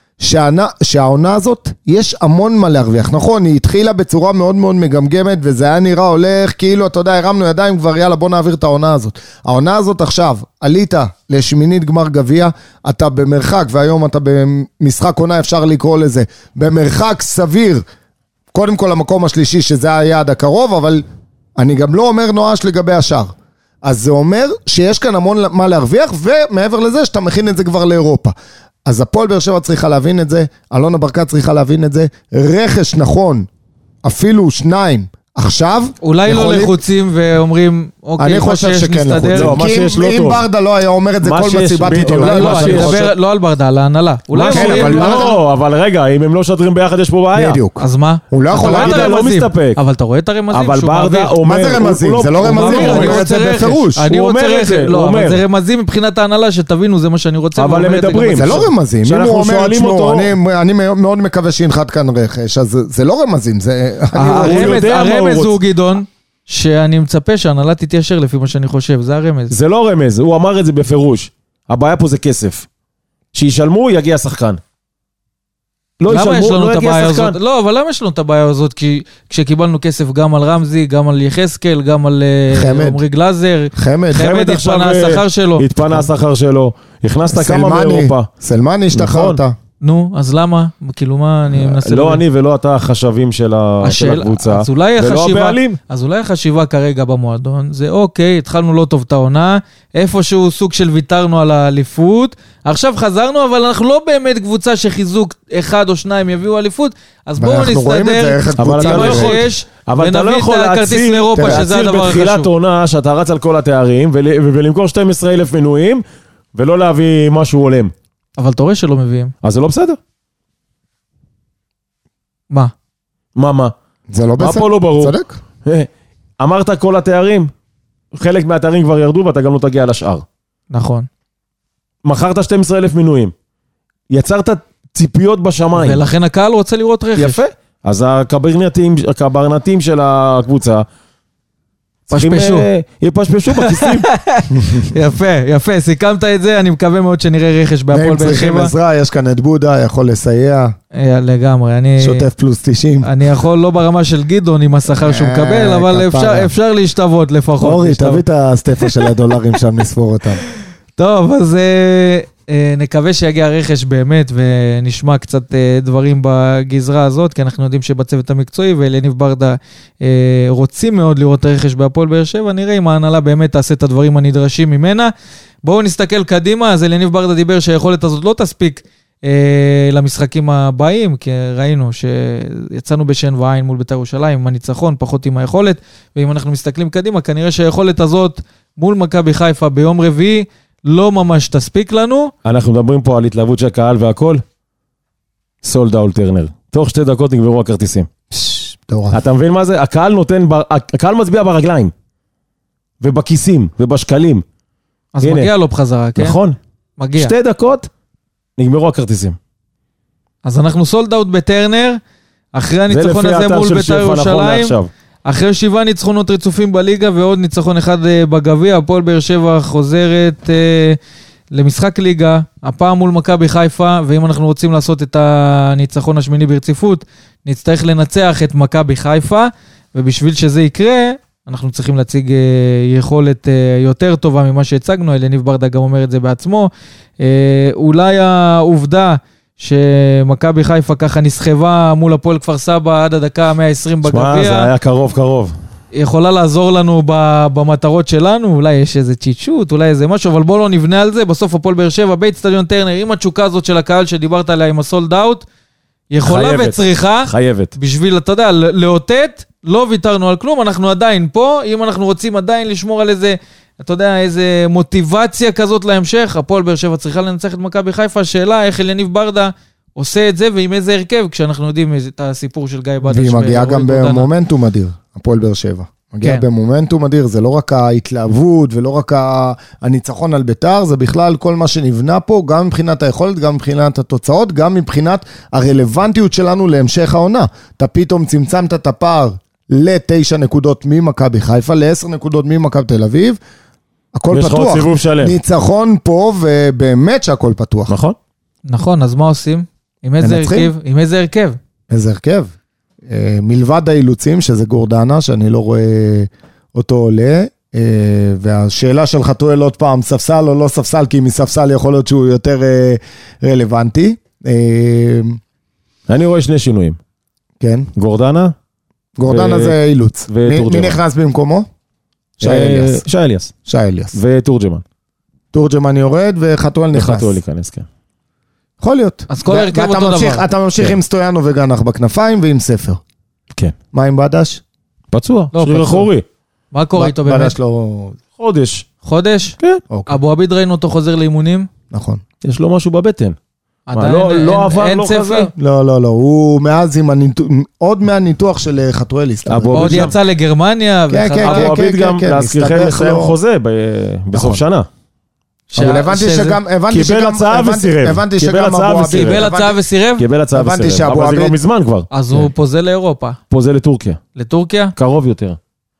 שהעונה הזאת יש המון מה להרוויח, נכון, היא התחילה בצורה מאוד מאוד מגמגמת וזה היה נראה הולך כאילו, אתה יודע, הרמנו ידיים כבר, יאללה בוא נעביר את העונה הזאת. העונה הזאת עכשיו, עלית לשמינית גמר גביע, אתה במרחק, והיום אתה במשחק עונה, אפשר לקרוא לזה, במרחק סביר, קודם כל המקום השלישי שזה היעד הקרוב, אבל אני גם לא אומר נואש לגבי השאר. אז זה אומר שיש כאן המון מה להרוויח, ומעבר לזה שאתה מכין את זה כבר לאירופה. אז הפועל באר שבע צריכה להבין את זה, אלונה ברקת צריכה להבין את זה, רכש נכון, אפילו שניים, עכשיו... אולי לא לחוצים ואומרים, אוקיי, מה שיש מסתדר. לא, מה שיש לא טוב. אם ברדה לא היה אומר את זה כל מסיבת עיתונאים. לא על ברדה, על ההנהלה. לא, אבל רגע, אם הם לא שדרים ביחד יש פה בעיה. בדיוק. אז מה? הוא לא יכול להגיד, לא מסתפק. אבל אתה רואה את הרמזים אבל ברדה אומר... מה זה רמזים? זה לא רמזים, הוא אומר את זה בפירוש. אני רוצה רכש. לא, אבל זה רמזים מבחינת ההנהלה, שתבינו, זה מה שאני רוצה. אבל הם מדברים. זה לא רמזים. אם הוא אומר, תשמעו, אני מאוד מקווה שינחת כאן רכש, אז זה לא רמזים. הרמז הוא גדעון, שאני מצפה שהנהלה תתיישר לפי מה שאני חושב, זה הרמז. זה לא רמז, הוא אמר את זה בפירוש. הבעיה פה זה כסף. שישלמו, יגיע שחקן. לא ישלמו, לא יגיע שחקן. לא, אבל למה יש לנו את הבעיה הזאת? כי כשקיבלנו כסף גם על רמזי, גם על יחזקאל, גם על עומרי גלאזר. חמד. חמד התפנה השכר שלו. התפנה השכר שלו. הכנסת כמה מאירופה. סלמני השתחררת. נו, אז למה? כאילו מה אני מנסה... לא אני ולא אתה החשבים של הקבוצה, ולא הבעלים. אז אולי החשיבה כרגע במועדון, זה אוקיי, התחלנו לא טוב את העונה, איפשהו סוג של ויתרנו על האליפות, עכשיו חזרנו, אבל אנחנו לא באמת קבוצה שחיזוק אחד או שניים יביאו אליפות, אז בואו נסתדר, ונביא את הכרטיס לאירופה, שזה הדבר החשוב. בתחילת עונה, שאתה רץ על כל התארים, ולמכור שנים עשר אלף מנויים, ולא להביא משהו הולם. אבל אתה רואה שלא מביאים. אז זה לא בסדר. מה? מה, מה? זה לא בסדר. מה פה לא ברור? צדק? אמרת כל התארים, חלק מהתארים כבר ירדו, ואתה גם לא תגיע לשאר. נכון. מכרת שנים עשר אלף מנויים. יצרת ציפיות בשמיים. ולכן הקהל רוצה לראות רכש. יפה. אז הקברנטים של הקבוצה, פשפשו. יפשפשו בכיסים. יפה, יפה, סיכמת את זה, אני מקווה מאוד שנראה רכש בהפועל באר שבע. אם צריכים עזרה, יש כאן את בודה, יכול לסייע. לגמרי, אני... שוטף פלוס תשעים. אני יכול לא ברמה של גדעון עם השכר שהוא מקבל, אבל אפשר להשתוות לפחות. אורי, תביא את הסטפה של הדולרים שם, נספור אותם. טוב, אז נקווה שיגיע הרכש באמת, ונשמע קצת דברים בגזרה הזאת, כי אנחנו יודעים שבצוות המקצועי, ואליניב ברדה רוצים מאוד לראות הרכש בהפועל באר שבע, נראה אם ההנהלה באמת תעשה את הדברים הנדרשים ממנה. בואו נסתכל קדימה, אז אליניב ברדה דיבר שהיכולת הזאת לא תספיק למשחקים הבאים, כי ראינו שיצאנו בשן ועין מול בית"ר ירושלים, עם הניצחון, פחות עם היכולת, ואם אנחנו מסתכלים קדימה, כנראה שהיכולת הזאת מול מכבי חיפה ביום רביעי, לא ממש תספיק לנו. אנחנו מדברים פה על התלהבות של הקהל והכל. סולד אאוט טרנר. תוך שתי דקות נגמרו הכרטיסים. אתה מבין מה זה? הקהל נותן, הקהל מצביע ברגליים, ובכיסים, ובשקלים. אז מגיע לו בחזרה, כן? נכון. מגיע. שתי דקות, נגמרו הכרטיסים. אז אנחנו סולד אאוט בטרנר, אחרי הניצחון הזה מול בית"ר ירושלים, אחרי שבעה ניצחונות רצופים בליגה, ועוד ניצחון אחד בגביע, הפועל באר שבע חוזרת אה, למשחק ליגה, הפעם מול מכבי חיפה, ואם אנחנו רוצים לעשות את הניצחון השמיני ברציפות, נצטרך לנצח את מכבי חיפה, ובשביל שזה יקרה, אנחנו צריכים להציג אה, יכולת אה, יותר טובה ממה שהצגנו, אליניב ברדה גם אומר את זה בעצמו, אה, אולי העובדה שמכבי חיפה ככה נסחבה מול הפועל כפר סבא עד הדקה מאה ועשרים בגביע. שמע, זה היה קרוב קרוב. יכולה לעזור לנו במטרות שלנו, אולי יש איזה צ'יצ'ות, אולי איזה משהו, אבל בואו לא נבנה על זה, בסוף הפועל באר שבע, בית סטדיון טרנר, עם התשוקה הזאת של הקהל שדיברת עליה עם הסולד אאוט, יכולה חייבת, וצריכה, חייבת. בשביל, אתה יודע, לאותת, לא ויתרנו על כלום, אנחנו עדיין פה, אם אנחנו רוצים עדיין לשמור על איזה, אתה יודע, איזה מוטיבציה כזאת להמשך, הפועל באר שבע צריכה לנצח את מכבי חיפה, השאלה איך אליניב ברדה עושה את זה, ועם איזה הרכב, כשאנחנו יודעים את הסיפור של גיא בדש. והיא מגיעה גם במומנטום אדיר, הפועל באר שבע. מגיעה כן. במומנטום אדיר, זה לא רק ההתלהבות, ולא רק הניצחון על ביתר, זה בכלל כל מה שנבנה פה, גם מבחינת היכולת, גם מבחינת התוצאות, גם מבחינת הרלוונטיות שלנו להמשך העונה. אתה פתאום צמצמת את הפער לתשע נקודות ממכבי חיפה, לעשר נקודות ממכבי תל אביב, הכל פתוח. ניצחון פה, ובאמת שהכל פתוח. נכון? נכון, אז מה עושים? עם איזה הרכב? עם איזה הרכב? איזה הרכב? מלבד האילוצים, שזה גורדנה, שאני לא רואה אותו עולה, והשאלה של חתואל עוד פעם, ספסל או לא ספסל, כי מספסל יכול להיות שהוא יותר רלוונטי. אני רואה שני שינויים. כן. גורדנה? גורדנה זה אילוץ. מי נכנס במקומו? שי אליאס. שי אליאס. שי אליאס. וטורג'מן. טורג'מן יורד וחתואל נכנס. וחתואל ייכנס, כן. יכול להיות. אז כל הרכב אותו דבר. אתה ממשיך עם סטויאנו וגנח בכנפיים ועם ספר. כן. מה עם בדש? פצוע, שריר אחורי. מה קורה איתו באמת? בדש לא... חודש. חודש? כן. אבו עביד ראינו אותו חוזר לאימונים? נכון. יש לו משהו בבטן. לא עבר, לא חזר? לא, לא, לא. הוא מאז עם הניתוח, עוד מהניתוח של חתואל הסתבר. עוד יצא לגרמניה. כן, כן, כן. אבו עביד גם להזכירכם לסיים חוזה בסוף שנה. אבל הבנתי שגם, הבנתי שגם, קיבל הצעה וסירב. הבנתי שגם אבו עביד. קיבל הצעה וסירב? קיבל הצעה וסירב. אבל זה כבר מזמן כבר. אז הוא פוזל לאירופה. פוזל לטורקיה. לטורקיה? קרוב יותר.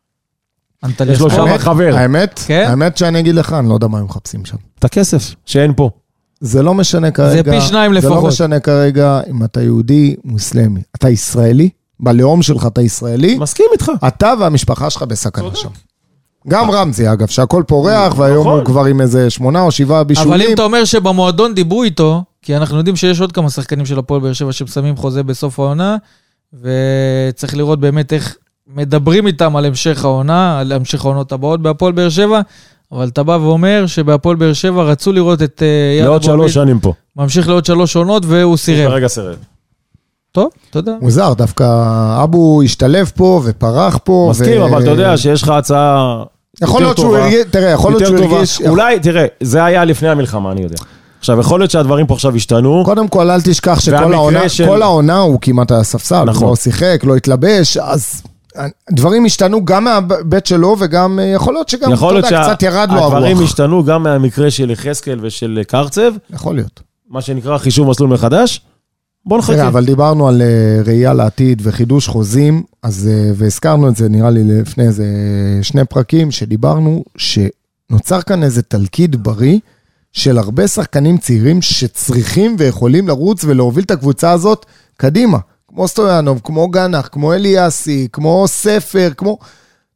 יש לו שם חבר. האמת, האמת שאני אגיד לך, אני לא יודע מה הם מחפשים שם. את הכסף שאין פה. זה לא משנה כרגע. זה פי שניים לפחות. זה לא משנה כרגע אם אתה יהודי, מוסלמי. אתה ישראלי, בלאום שלך אתה ישראלי. מסכים איתך. אתה והמשפחה שלך בסכנה שם. גם רמזי, אגב, שהכל פורח, והיום הוא כבר עם איזה שמונה או שבעה בישולים. אבל אם אתה אומר שבמועדון דיברו איתו, כי אנחנו יודעים שיש עוד כמה שחקנים של הפועל באר שבע שמסיימים חוזה בסוף העונה, וצריך לראות באמת איך מדברים איתם על המשך העונה, על המשך העונות הבאות בהפועל באר שבע, אבל אתה בא ואומר שבהפועל באר שבע רצו לראות את יאללה לעוד שלוש שנים פה. ממשיך לעוד שלוש עונות והוא סירב. ברגע סירב. טוב, תודה. מוזר, דווקא אבו השתלב פה ופרח פה. מסכים, אבל אתה יודע שיש לך הצעה יכול להיות שהוא הרגיש, תראה, יכול להיות שהוא הרגיש. אולי, תראה, זה היה לפני המלחמה, אני יודע. עכשיו, יכול להיות שהדברים פה עכשיו השתנו. קודם כל, אל תשכח שכל העונה, כל העונה הוא כמעט הספסל, הוא לא שיחק, לא התלבש, אז דברים השתנו גם מהבית שלו, וגם יכול להיות שגם, אתה יודע, קצת ירד לו הרוח. הדברים השתנו גם מהמקרה של יחזקאל ושל קרצב. יכול להיות. מה שנקרא חישוב מסלול מחדש. בוא נחכה. אבל דיברנו על ראייה לעתיד וחידוש חוזים, אז, והזכרנו את זה, נראה לי לפני איזה שני פרקים, שדיברנו שנוצר כאן איזה תלכיד בריא, של הרבה שחקנים צעירים שצריכים ויכולים לרוץ ולהוביל את הקבוצה הזאת קדימה. כמו סטויאנוב, כמו גנח, כמו אליאסי, כמו ספר, כמו...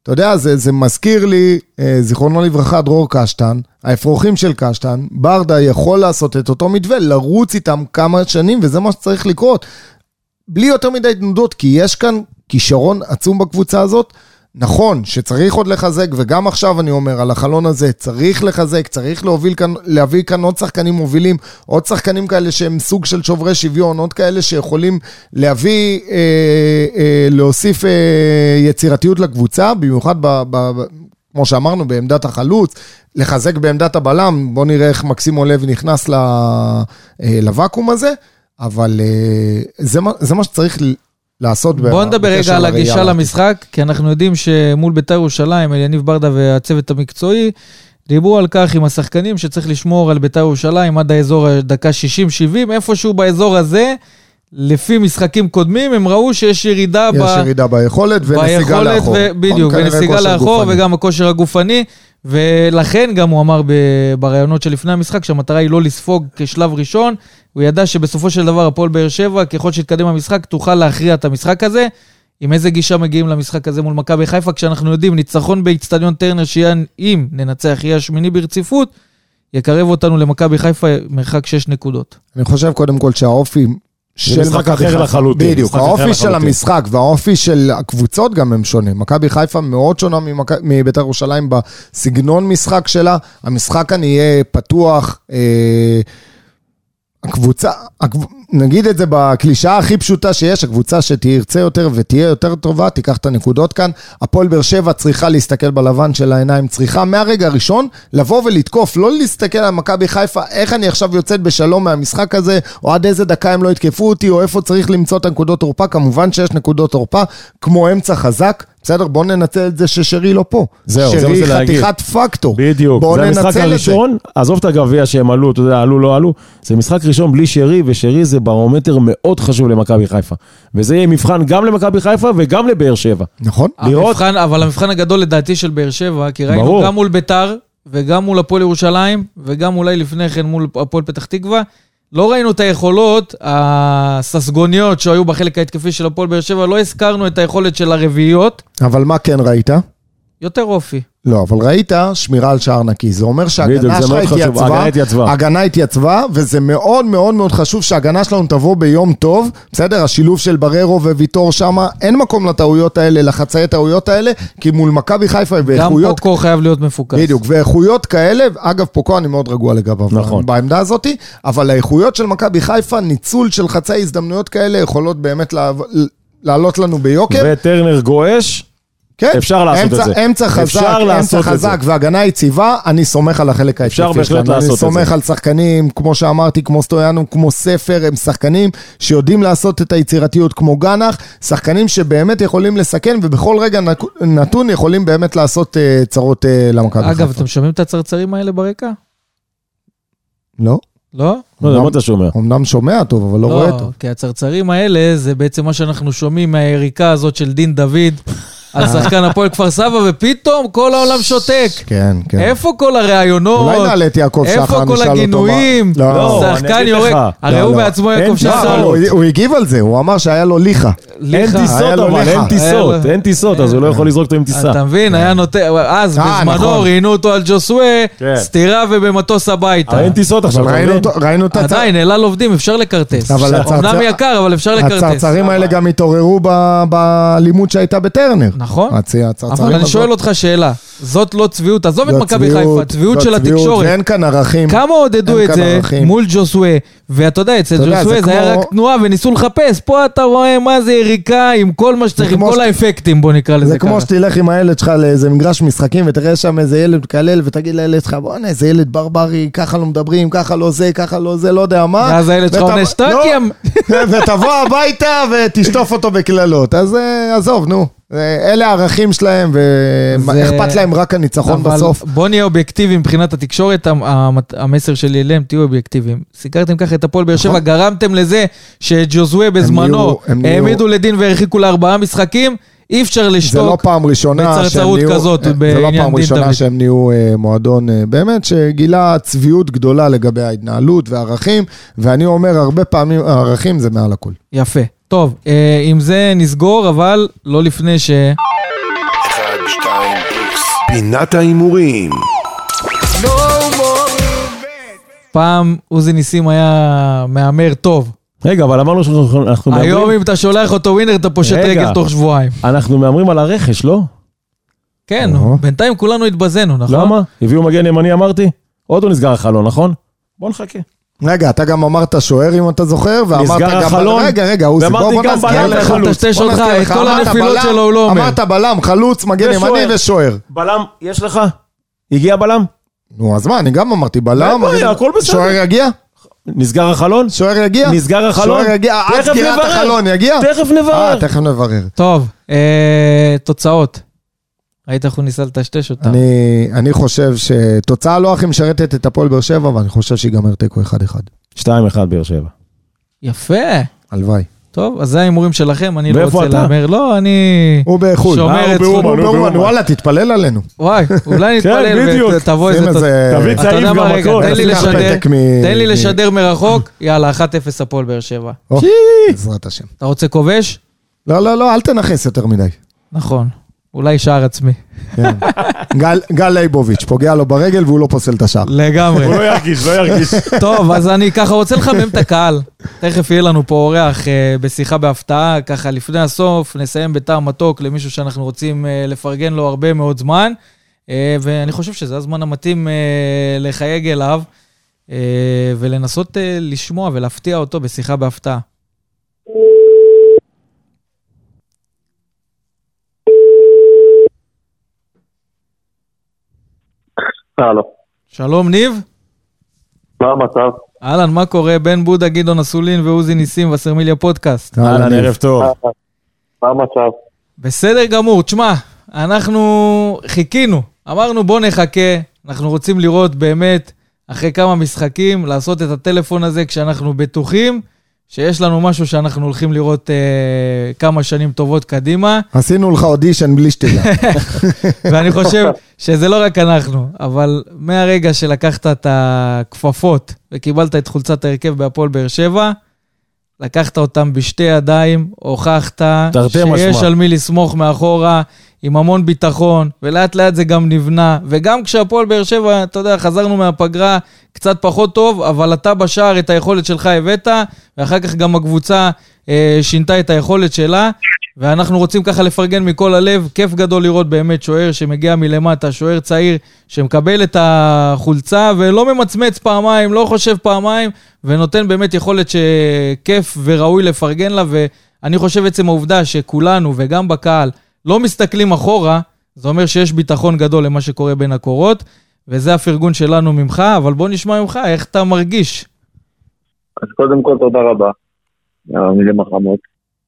אתה יודע, זה, זה מזכיר לי, זיכרונו לברכה, דרור קשטן, האפרוחים של קשטן, ברדה יכול לעשות את אותו מתווה, לרוץ איתם כמה שנים, וזה מה שצריך לקרות. בלי יותר מדי תנודות, כי יש כאן כישרון עצום בקבוצה הזאת, נכון שצריך עוד לחזק, וגם עכשיו אני אומר, על החלון הזה צריך לחזק, צריך להוביל כאן, להביא כאן עוד שחקנים מובילים, עוד שחקנים כאלה שהם סוג של שוברי שוויון, עוד כאלה שיכולים להביא, אה, אה, להוסיף אה, יצירתיות לקבוצה, במיוחד ב... ב כמו שאמרנו, בעמדת החלוץ, לחזק בעמדת הבלם, בוא נראה איך מקסימו לוי נכנס לוואקום הזה, אבל זה מה, זה מה שצריך לעשות. בוא נדבר רגע על הגישה למשחק, כי אנחנו יודעים שמול בית"ר ירושלים, יניב ברדה והצוות המקצועי, דיברו על כך עם השחקנים שצריך לשמור על בית"ר ירושלים עד האזור הדקה שישים שבעים, איפשהו באזור הזה, לפי משחקים קודמים, הם ראו שיש ירידה, יש ב... ירידה ביכולת ונסיגה לאחור. ו... בדיוק, ונסיגה לאחור וגם הכושר הגופני, ולכן גם הוא אמר ברעיונות שלפני המשחק, שהמטרה היא לא לספוג כשלב ראשון, הוא ידע שבסופו של דבר הפועל באר שבע, ככל שיתקדם המשחק, תוכל להכריע את המשחק הזה, עם איזה גישה מגיעים למשחק הזה מול מכבי חיפה, כשאנחנו יודעים, ניצחון באצטדיון טרנר, שאם ננצח יהיה השמיני ברציפות, יקרב אותנו למכבי חיפה מרחק שש נקודות. אני חושב קודם כל שהאופי של משחק אחר לחלוטין. בדיוק, האופי של המשחק והאופי של הקבוצות גם הם שונים. מכבי חיפה מאוד שונה מבית"ר ירושלים בסגנון משחק שלה. המשחק כאן יהיה פתוח, הקבוצה, נגיד את זה בקלישאה הכי פשוטה שיש, הקבוצה שתרצה יותר ותהיה יותר טובה, תיקח את הנקודות כאן. הפועל באר שבע צריכה להסתכל בלבן של העיניים, צריכה מהרגע הראשון לבוא ולתקוף, לא להסתכל על מכבי חיפה, איך אני עכשיו יוצאת בשלום מהמשחק הזה, או עד איזה דקה הם לא יתקפו אותי, או איפה צריך למצוא את הנקודות תורפה. כמובן שיש נקודות תורפה, כמו אמצע חזק, בסדר, בוא ננצל את זה ששרי לא פה. זהו, שרי חתיכת פקטור. בדיוק, זה המשחק הראשון, עזוב את הגביע שהם עלו, אתה יודע, עלו, לא עלו, זה משחק ראשון בלי שרי, ושרי זה ברומטר מאוד חשוב למכבי חיפה. וזה יהיה מבחן גם למכבי חיפה וגם לבאר שבע. נכון. המבחן, אבל המבחן הגדול לדעתי של באר שבע, כי ראינו ברור. גם מול ביתר, וגם מול הפועל ירושלים, וגם אולי לפני כן מול הפועל פתח תקווה, לא ראינו את היכולות הססגוניות שהיו בחלק ההתקפי של הפועל באר שבע, לא הזכרנו את היכולת של הרביעיות. אבל מה כן ראית? יותר אופי. לא, אבל ראית שמירה על שער נקי. זה אומר שההגנה שלך התייצבה, הגנה התייצבה, וזה מאוד מאוד מאוד חשוב שההגנה שלנו תבוא ביום טוב, בסדר? השילוב של בררו וויטור שם, אין מקום לטעויות האלה, לחצאי טעויות האלה, כי מול מכבי חיפה ואיכויות... גם פוקו חייב להיות מפוקס. בדיוק, ואיכויות כאלה, אגב, פוקו אני מאוד רגוע לגביו נכון. בעמדה הזאת, אבל האיכויות של מכבי חיפה, ניצול של חצאי הזדמנויות כאלה, יכולות באמת לעלות לנו ביוקר. וטרנר גואש, כן, אפשר לעשות אמצע, את זה. אמצע חזק, אמצע חזק והגנה יציבה, אני סומך על החלק ההתקפי שלנו. אפשר בהחלט לעשות את זה. אני סומך על שחקנים, כמו שאמרתי, כמו סטויאנו, כמו ספר, הם שחקנים שיודעים לעשות את היצירתיות כמו גנח, שחקנים שבאמת יכולים לסכן, ובכל רגע נתון יכולים באמת לעשות uh, צרות uh, למכבי חיפה. אגב, אתם שומעים את הצרצרים האלה ברקע? לא. לא? לא, זה מה אתה שומע. אמנם שומע טוב, אבל לא רואה טוב. לא, כי הצרצרים האלה זה בעצם מה שאנחנו שומעים מהיריקה הזאת של דין דוד, על שחקן הפועל כפר סבא, ופתאום כל העולם שותק. כן, כן. איפה כל הרעיונות? אולי נעלה את יעקב שחר, איפה כל הגינויים? לא, שחקן יורק. הרי הוא בעצמו יעקב שחר. הוא הגיב על זה, הוא אמר שהיה לו ליכה. אין טיסות, אבל אין טיסות. אין טיסות, אז הוא לא יכול לזרוק אותו עם טיסה. אתה מבין, היה נותן, אז בזמנו ראינו אותו על ג'וסווה, סתירה ובמטוס הביתה. אין טיסות עכשיו. ראינו את הצ... עדיין, אלה עובדים, אפשר לקרטס. אומנם יקר, אבל אפשר לקרטס. הצרצרים האלה גם התעוררו בלימוד שהייתה בטרנר. נכון. הצרצרים אבל אני שואל אותך שאלה, זאת לא צביעות, עזוב את מכבי חיפה, צביעות של התקשורת. ואין כאן ערכים. כמה עודדו את זה מול ג'וסווה, ואתה יודע, אצל ג'וסווה זה היה רק תנועה וניסו לחפש, פה אתה רואה מה זה יריקה עם כל מה שצריך, עם כל האפקטים, בוא נקרא לזה ככה. זה כמו שתלך עם הילד שלך לאיזה מגרש משחקים, ותראה שם איזה ילד מקלל, ותגיד לילד שלך, בוא נה, איזה ילד ברברי, ככה לא מדברים, ככה לא זה, ככה לא זה, לא יודע מה. ואז הילד שלך עונה שטקים. ותבוא הביתה ותשטוף אותו בכללות. אז עזוב, נו. אלה הערכים שלהם, ואכפת להם רק הניצחון בסוף. בוא נהיה אובייקטיביים מבחינת התקשורת, המסר שלי אליהם, תהיו אובייקטיביים. סיקרתם ככה את הפועל באר שבע, גרמתם לזה שג'וזווה בזמנו העמידו לדין והרחיקו לארבעה משחקים, אי אפשר לשתוק. זה לא פעם ראשונה בצרצרות כזאת, זה לא פעם ראשונה שהם נהיו מועדון באמת, שגילה צביעות גדולה לגבי ההתנהלות והערכים, ואני אומר הרבה פעמים, הערכים זה מעל הכל. יפה. טוב, עם זה נסגור, אבל לא לפני ש... אחד, שתיים איקס פינת ההימורים. פעם עוזי ניסים היה מאמר טוב. רגע, אבל אמרנו שאנחנו מאמרים... היום אם אתה שולח אותו ווינר, אתה פושט רגל תוך שבועיים. אנחנו מאמרים על הרכש, לא? כן, בינתיים כולנו התבזנו, נכון? למה? הביאו מגן ימני, אמרתי? עוד הוא נסגר החלון, נכון? בוא נחכה. רגע, אתה גם אמרת שוער אם אתה זוכר, ואמרת נסגר גם... החלון. רגע, רגע, עוזי, בוא נזכיר לך. אתה תשתש אותך, את כל הנפילות שלו הוא לא אומר. אמרת בלם, חלוץ, מגן ימני ושוער. בלם, יש לך? הגיע בלם? נו, אז מה, אני גם אמרתי בלם. הכל בסדר. שוער יגיע? נסגר החלון? שוער יגיע? נסגר החלון? שוער יגיע, עד סגירת החלון יגיע? תכף נברר. אה, תכף נברר. טוב, תוצאות. ראית איך הוא ניסה לטשטש אותם. אני, אני חושב שתוצאה לא הכי משרתת את הפועל באר שבע, ואני חושב שיגמר תיקו אחד אחד. שתיים אחד באר שבע. יפה. הלוואי. טוב, אז זה האימורים שלכם, אני לא ואיפה רוצה אתה? לאמר, לא, אני הוא באיחוד. שומר את זכות. הוא באומן, וואלה, תתפלל עלינו. וואי, אולי נתפלל ותבוא איזה... תביא צעיף גם הכל. תן לי לשדר, תן לי לשדר מרחוק, יאללה, אחת אפס הפועל באר שבע. בעזרת השם. אתה רוצה כובש? לא, לא, לא, אל תנחס יותר מדי. נכון, אולי שער עצמי. גל לייבוביץ', פוגע לו ברגל והוא לא פוסל את השער. לגמרי. הוא לא ירגיש, לא ירגיש. טוב, אז אני ככה רוצה לחמם את הקהל. תכף יהיה לנו פה אורח בשיחה בהפתעה, ככה לפני הסוף, נסיים בטעם מתוק למישהו שאנחנו רוצים לפרגן לו הרבה מאוד זמן, ואני חושב שזה הזמן המתאים לחייג אליו, ולנסות לשמוע ולהפתיע אותו בשיחה בהפתעה. הלו. שלום ניב. מה המצב? אהלן, מה קורה? בן בודה, גדעון אסולין ועוזי ניסים וסרמיליה פודקאסט. אהלן, ערב טוב. מה המצב? בסדר גמור, תשמע, אנחנו חיכינו, אמרנו בוא נחכה, אנחנו רוצים לראות באמת, אחרי כמה משחקים, לעשות את הטלפון הזה כשאנחנו בטוחים, שיש לנו משהו שאנחנו הולכים לראות אה, כמה שנים טובות קדימה. עשינו לך אודישן בלי שתדע. ואני חושב שזה לא רק אנחנו, אבל מהרגע שלקחת את הכפפות וקיבלת את חולצת ההרכב בהפועל באר שבע, לקחת אותם בשתי ידיים, הוכחת שיש על מי לסמוך מאחורה, עם המון ביטחון, ולאט לאט זה גם נבנה, וגם כשהפועל באר שבע, אתה יודע, חזרנו מהפגרה קצת פחות טוב, אבל אתה בשער את היכולת שלך הבאת, ואחר כך גם הקבוצה אה, שינתה את היכולת שלה, ואנחנו רוצים ככה לפרגן מכל הלב, כיף גדול לראות באמת שוער שמגיע מלמטה, שוער צעיר שמקבל את החולצה, ולא ממצמץ פעמיים, לא חושב פעמיים, ונותן באמת יכולת שכיף וראוי לפרגן לה, ואני חושב עצם העובדה שכולנו וגם בקהל לא מסתכלים אחורה, זה אומר שיש ביטחון גדול למה שקורה בין הקורות, וזה הפרגון שלנו ממך, אבל בוא נשמע ממך, איך אתה מרגיש? אז קודם כל תודה רבה, מילים החמות.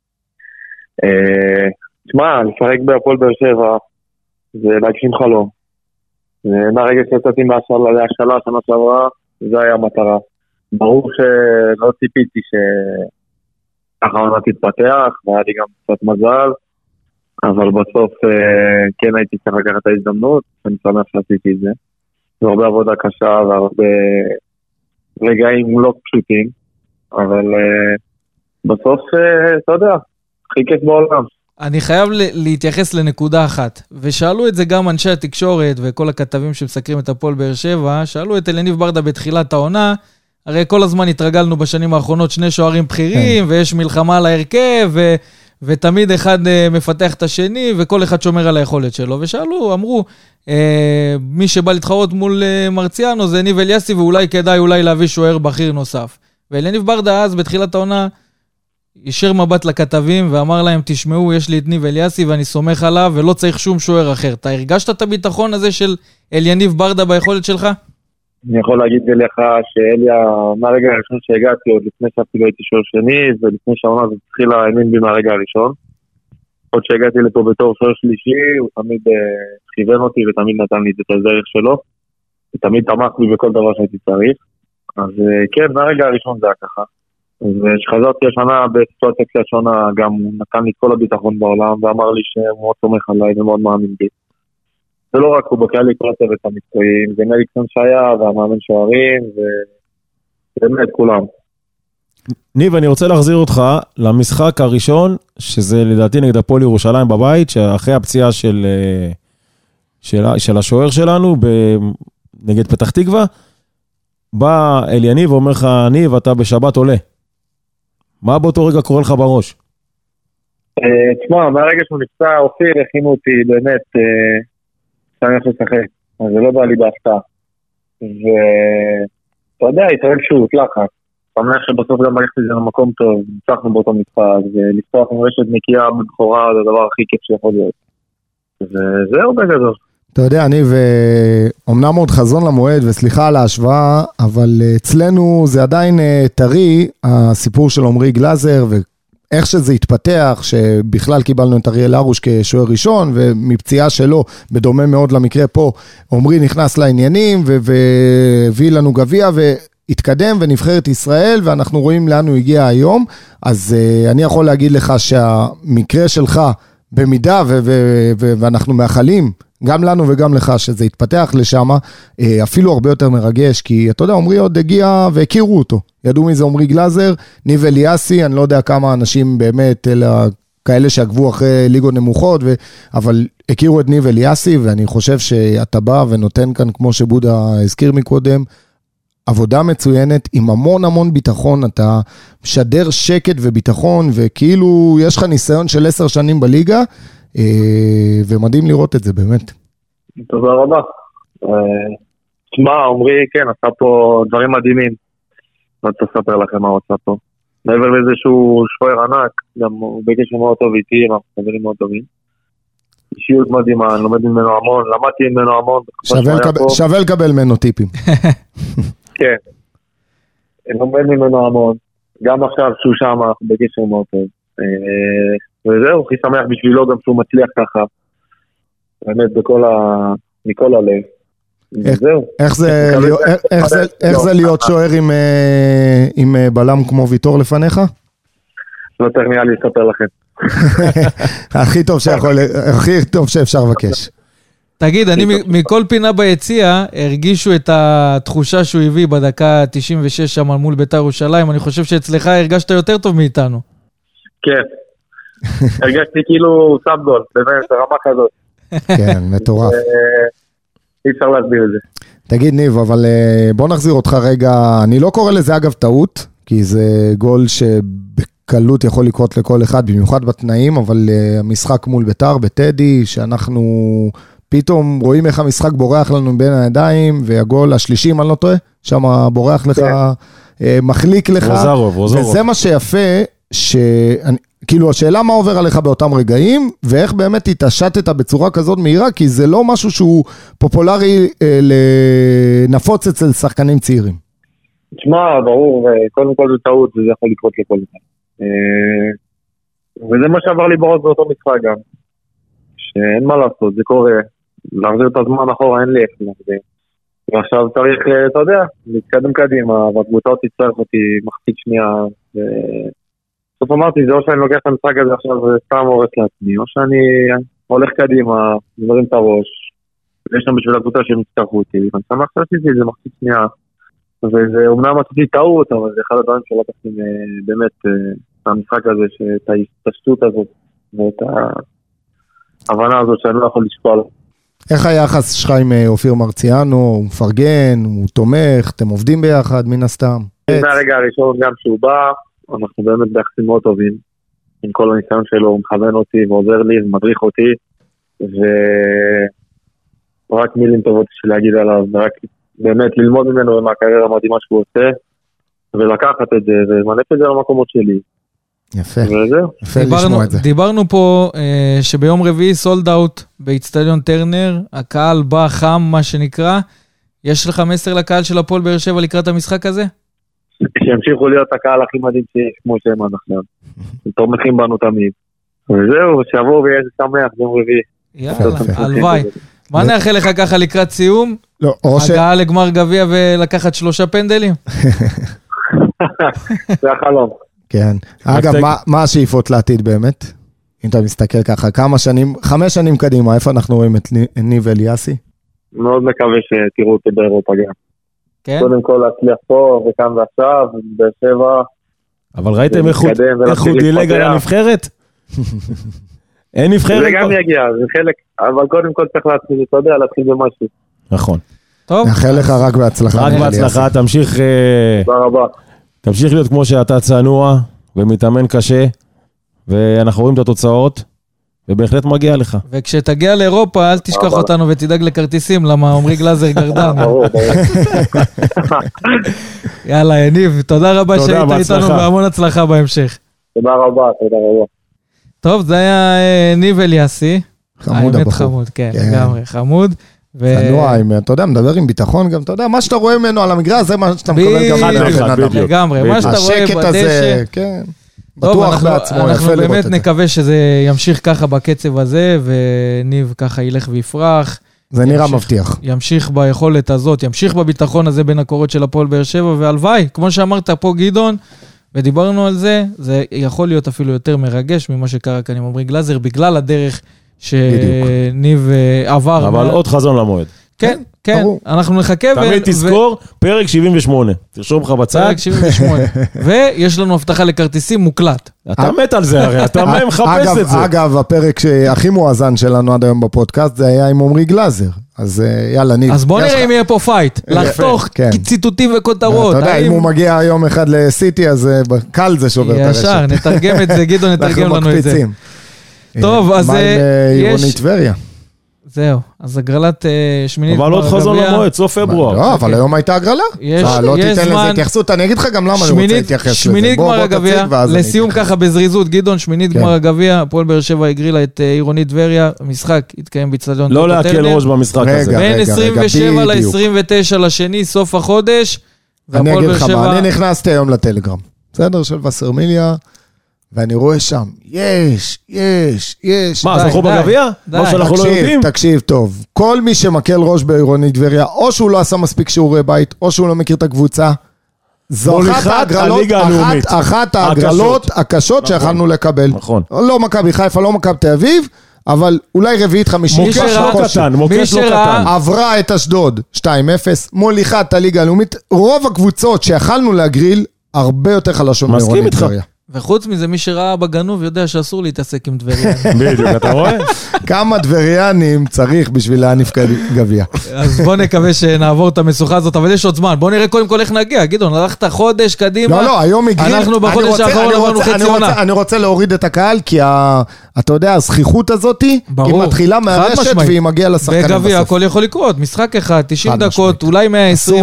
תשמע, לפרק בהפועל באר שבע, זה להגשים חלום. מהרגע שיצאתי מהשאלה שנה שעברה, זה היה המטרה. ברור שלא ציפיתי שככה עונה תתפתח, והיה לי גם קצת מזל, אבל בסוף כן הייתי צריך לקחת את ההזדמנות, ואני שמח שעשיתי את זה. זה הרבה עבודה קשה והרבה רגעים לא פשוטים, אבל בסוף, אתה יודע, הכי כיף בעולם. אני חייב להתייחס לנקודה אחת, ושאלו את זה גם אנשי התקשורת וכל הכתבים שמסקרים את הפועל באר שבע, שאלו את אליניב ברדה בתחילת העונה, הרי כל הזמן התרגלנו בשנים האחרונות שני שוערים בכירים, ויש מלחמה על ההרכב, ו... ותמיד אחד מפתח את השני, וכל אחד שומר על היכולת שלו. ושאלו, אמרו, מי שבא להתחרות מול מרציאנו זה ניב אליאסי, ואולי כדאי אולי להביא שוער בכיר נוסף. ואליניב ברדה אז בתחילת העונה, ישר מבט לכתבים, ואמר להם, תשמעו, יש לי את ניב אליאסי, ואני סומך עליו, ולא צריך שום שוער אחר. אתה הרגשת את הביטחון הזה של אליניב ברדה ביכולת שלך? אני יכול להגיד לך שאליה, מהרגע הראשון שהגעתי, עוד לפני שאפילו הייתי שוער שני, ולפני שהעונה הזאת התחילה האמין בי מהרגע הראשון. עוד שהגעתי לפה בתור שוער שלישי, הוא תמיד כיוון אותי ותמיד נתן לי את הדרך שלו, ותמיד תמך בי בכל דבר שהייתי צריך. אז כן, מהרגע הראשון זה היה ככה. אז כשחזרתי השנה בסיטואציה קצת שונה, גם הוא נתן לי את כל הביטחון בעולם, ואמר לי שהוא מאוד סומך עליי ומאוד מאמין בי. זה לא רק הוא בקהל לי כל הצוות המקצועיים, זה מליקסון שהיה והמאמן שוערים, ובאמת כולם. ניב, אני רוצה להחזיר אותך למשחק הראשון, שזה לדעתי נגד הפועל ירושלים בבית, שאחרי הפציעה של של, של השוער שלנו ב, נגד פתח תקווה, בא אל יניב ואומר לך, ניב, אתה בשבת עולה. מה באותו רגע קורה לך בראש? תשמע, מהרגע שהוא נפצע, אופיר הכינו אותי באמת, שאני הולך לשחק, אז זה לא בא לי בהפתעה. ואתה יודע, התרגשות, לחץ. שמח שבסוף גם הלכתי זה למקום טוב, ניצחנו באותו משחק, ולפתוח עם רשת נקייה בבחורה, זה הדבר הכי כיף שיכול להיות. וזהו בגדול. אתה יודע, אני ואומנם עוד חזון למועד, וסליחה על ההשוואה, אבל אצלנו זה עדיין טרי, הסיפור של עומרי גלאזר, ואיך שזה התפתח, שבכלל קיבלנו את אריאל הרוש כשוער ראשון, ומפציעה שלו, בדומה מאוד למקרה פה, עומרי נכנס לעניינים, והביא לנו גביע, והתקדם ונבחרת ישראל, ואנחנו רואים לאן הוא הגיע היום, אז אני יכול להגיד לך שהמקרה שלך, במידה, ואנחנו מאחלים, גם לנו וגם לך, שזה יתפתח לשם, אפילו הרבה יותר מרגש, כי אתה יודע, עומרי עוד הגיע והכירו אותו. ידעו מי זה עומרי גלאזר, ניב אליאסי, אני לא יודע כמה אנשים באמת, אלא כאלה שעקבו אחרי ליגות נמוכות, ו... אבל הכירו את ניב אליאסי, ואני חושב שאתה בא ונותן כאן, כמו שבודה הזכיר מקודם, עבודה מצוינת, עם המון המון ביטחון, אתה משדר שקט וביטחון, וכאילו יש לך ניסיון של עשר שנים בליגה, ומדהים לראות את זה, באמת. תודה רבה. תשמע, עומרי, כן, עשה פה דברים מדהימים. אני רוצה לספר לכם מה הוא עשה פה. מעבר לזה שהוא שוער ענק, גם הוא בקשר מאוד טוב איתי, אנחנו חברים מאוד טובים. אישיות מדהימה, אני לומד ממנו המון, למדתי ממנו המון. שווה לקבל ממנו טיפים. כן. אני לומד ממנו המון. גם עכשיו שהוא שם, אנחנו בקשר מאוד טוב. וזהו, הכי שמח בשבילו גם שהוא מצליח ככה, באמת בכל ה... מכל הלב. וזהו. איך זה להיות שוער עם בלם כמו ויטור לפניך? לא צריך נראה לי לספר לכם. הכי טוב שיכול, הכי טוב שאפשר לבקש. תגיד, אני מכל פינה ביציאה, הרגישו את התחושה שהוא הביא בדקה תשעים ושש שם מול בית"ר ירושלים, אני חושב שאצלך הרגשת יותר טוב מאיתנו. כן. הרגשתי כאילו סאב גול, באמת, רמה כזאת. כן, מטורף. אי אפשר להסביר את זה. תגיד ניב, אבל בוא נחזיר אותך רגע, אני לא קורא לזה אגב טעות, כי זה גול שבקלות יכול לקרות לכל אחד, במיוחד בתנאים, אבל המשחק מול בית"ר, בטדי, שאנחנו פתאום רואים איך המשחק בורח לנו בין הידיים, והגול השלישי, אם אני לא טועה, שם בורח לך, מחליק לך, וזה מה שיפה, שאני... כאילו, השאלה מה עובר עליך באותם רגעים, ואיך באמת התעשתת בצורה כזאת מהירה, כי זה לא משהו שהוא פופולרי אה, לנפוץ אצל שחקנים צעירים. תשמע, ברור, קודם כל זה טעות, וזה יכול לקרות לכל אחד. אה, וזה מה שעבר לי בראש באותו משחק גם. שאין מה לעשות, זה קורה. להחזיר את הזמן אחורה, אין לי איך להחזיר. ועכשיו צריך, אתה יודע, להתקדם קדימה, והקבוצה תצטרך אותי מחצית שנייה, ו... בסוף אמרתי, זה או שאני לוקח את המשחק הזה עכשיו וסתם הורס לעצמי, או שאני הולך קדימה, מרים את הראש, ויש שם בשביל הקבוצה שהם יצטרכו אותי, ואני שמח שעשיתי את זה מחצית שנייה, וזה אומנם עשיתי טעות, אבל זה אחד הדברים שלקחתי באמת, את המשחק הזה, את ההתפשטות הזאת, ואת ההבנה הזאת שאני לא יכול לשפוע עליו. איך היחס שלך עם אופיר מרציאנו? הוא מפרגן, הוא תומך, אתם עובדים ביחד מן הסתם? מהרגע הראשון גם שהוא בא, אנחנו באמת ביחסים מאוד טובים, עם כל הניסיון שלו, הוא מכוון אותי ועוזר לי ומדריך אותי, ורק מילים טובות של להגיד עליו, ורק באמת ללמוד ממנו ומהקריירה המדהימה שהוא עושה, ולקחת את זה, ומנף את זה למקומות שלי. יפה, וזהו. יפה לשמוע את זה. דיברנו פה אה, שביום רביעי סולד אאוט באצטדיון טרנר, הקהל בא חם מה שנקרא, יש לך מסר לקהל של הפועל באר שבע לקראת המשחק הזה? שימשיכו להיות הקהל הכי מדהים שיש, כמו שהם עד עכשיו. הם תומכים בנו תמיד. וזהו, שיבואו ויהיה שמח, ביום רביעי. יאללה, הלוואי. מה נאחל לך ככה לקראת סיום? הגעה לגמר גביע ולקחת שלושה פנדלים? זה החלום. כן. אגב, מה השאיפות לעתיד באמת? אם אתה מסתכל ככה, כמה שנים, חמש שנים קדימה, איפה אנחנו רואים את ניב אליאסי? מאוד מקווה שתראו אותו באירופה גם. כן? קודם כל להצליח פה וכאן ועכשיו, באר שבע. אבל ראיתם איך הוא דילג על הנבחרת? אין נבחרת. זה גם יגיע, זה חלק, אבל קודם כל צריך להתחיל, אתה יודע, להתחיל במשהו. נכון. טוב. נאחל לך רק בהצלחה. רק בהצלחה, תמשיך... תודה רבה. תמשיך להיות כמו שאתה צנוע, ומתאמן קשה, ואנחנו רואים את התוצאות, ובהחלט מגיע לך. וכשתגיע לאירופה, אל תשכח אותנו ותדאג לכרטיסים, למה עמרי גלאזר גרדן. ברור, ברור. יאללה, יניב, תודה רבה שהיית איתנו, והמון הצלחה בהמשך. תודה רבה, תודה רבה. טוב, זה היה ניב אליאסי. חמוד האמת הבחור. חמוד, כן, לגמרי, חמוד. צנוע, אתה יודע, מדבר עם ביטחון גם, אתה יודע, מה שאתה רואה ממנו על המגרש, זה מה שאתה מקבל גם בדיוק, מבן אדם. לגמרי, מה שאתה רואה השקט הזה, בדשא. כן. טוב, בטוח אנחנו, בעצמו, אנחנו יפה לראות באמת את זה. נקווה שזה ימשיך ככה בקצב הזה, וניב ככה ילך ויפרח. זה נראה ימשיך, מבטיח. ימשיך ביכולת הזאת, ימשיך בביטחון הזה בין הקורות של הפועל באר שבע, והלוואי, כמו שאמרת פה גדעון, ודיברנו על זה, זה יכול להיות אפילו יותר מרגש ממה שקרה כאן עם עמרי גלאזר, בגלל הדרך שניב עבר. אבל עוד חזון למועד. כן, כן, אנחנו נחכה. תמיד תזכור, פרק שבעים ושמונה. תרשום לך בצד. פרק שבעים ושמונה. ויש לנו הבטחה לכרטיסים מוקלט. אתה מת על זה הרי, אתה מחפש את זה. אגב, הפרק שהכי מואזן שלנו עד היום בפודקאסט, זה היה עם עמרי גלאזר. אז יאללה, ניב. אז בוא נראה אם יהיה פה פייט. לחתוך ציטוטים וכותרות. אתה יודע, אם הוא מגיע יום אחד לסיטי, אז קל זה שובר את הרשת. ישר, נתרגם את זה, גדעון נתרגם לנו את זה. טוב, אז מה עם עירוני טבריה? זהו, אז הגרלת שמינית אבל עוד חזון למועד, סוף פברואר. לא, אבל היום הייתה הגרלה. לא תיתן לזה התייחסות, אני אגיד לך גם למה אני רוצה להתייחס לזה. שמינית גמר הגביע, לסיום ככה בזריזות, גדעון, שמינית גמר הגביע, הפועל באר שבע הגרילה את עירוני טבריה, המשחק התקיים באצטדיון לא להקל ראש במשחק הזה. בין עשרים ושבע ל-עשרים ותשע לשני, סוף החודש. אני אגיד לך מה, אני נכנסתי היום לטלגרם, בסדר, של וסרמיליה, ואני רואה שם, יש, יש, יש. מה, זכו בגביע? לא שאנחנו לא יודעים? תקשיב טוב, כל מי שמקל ראש בעירוני טבריה, או שהוא לא עשה מספיק שיעורי בית, או שהוא לא מכיר את הקבוצה, זו אחת ההגרלות, אחת ההגרלות הקשות שיכולנו לקבל. נכון. לא מכבי חיפה, לא מכבי תל אביב, אבל אולי רביעית חמישית. מוקש לא קטן, מוקש לא קטן. עברה את אשדוד שתיים אפס, מוליכה את הליגה הלאומית, רוב הקבוצות שיכולנו להגריל, הרבה יותר חלשות מעירוני טבריה. וחוץ מזה, מי שראה בגנוב יודע שאסור להתעסק עם דבריאנים. בדיוק, אתה רואה? כמה דבריאנים צריך בשביל להניף גביע. אז בוא נקווה שנעבור את המשוכה הזאת, אבל יש עוד זמן. בוא נראה קודם כל איך נגיע. גדעון, הלכת חודש קדימה. לא, לא, היום הגריל. אנחנו בחודש האחרון עברנו חצי עונה. אני רוצה להוריד את הקהל, כי אתה יודע, הזכיחות הזאת, היא מתחילה מהרשת והיא מגיעה לשחקנים בסוף. בגביע, הכל יכול לקרות. משחק אחד, תשעים דקות, אולי מאה ועשרים.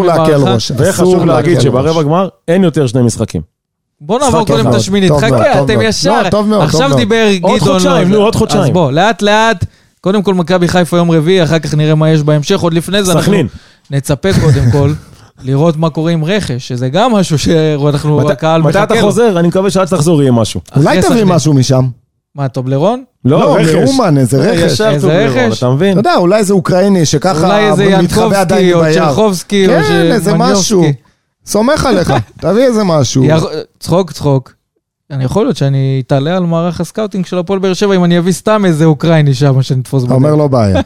וחשוב להגיד שברבע גמר אין יותר שני משחקים. בוא נעבור קודם את השמינית, חכה, אתם ישר, עכשיו דיבר גדעון. עוד חודשיים, נו, עוד חודשיים. אז בוא, לאט לאט, קודם כל מכבי חיפה יום רביעי, אחר כך נראה מה יש בהמשך, עוד לפני זה אנחנו נצפה קודם כל, לראות מה קורה עם רכש, שזה גם משהו שאנחנו הקהל מחכה לו. מתי אתה חוזר? אני מקווה שעד תחזור יהיה משהו. אולי תביא משהו משם. מה, טובלרון? לא, רכש. מאומן, איזה רכש. איזה רכש? אתה מבין? אתה יודע, אולי זה אוקראיני שככה מתחבא עדיין ביער. אולי איזה ינקובסקי, או צ'רחובסקי, סומך עליך, תביא איזה משהו. צחוק, צחוק. אני יכול להיות שאני אתעלה על מערך הסקאוטינג של הפועל באר שבע, אם אני אביא סתם איזה אוקראיני שם, שנתפוס בו. אומר לא בעיה.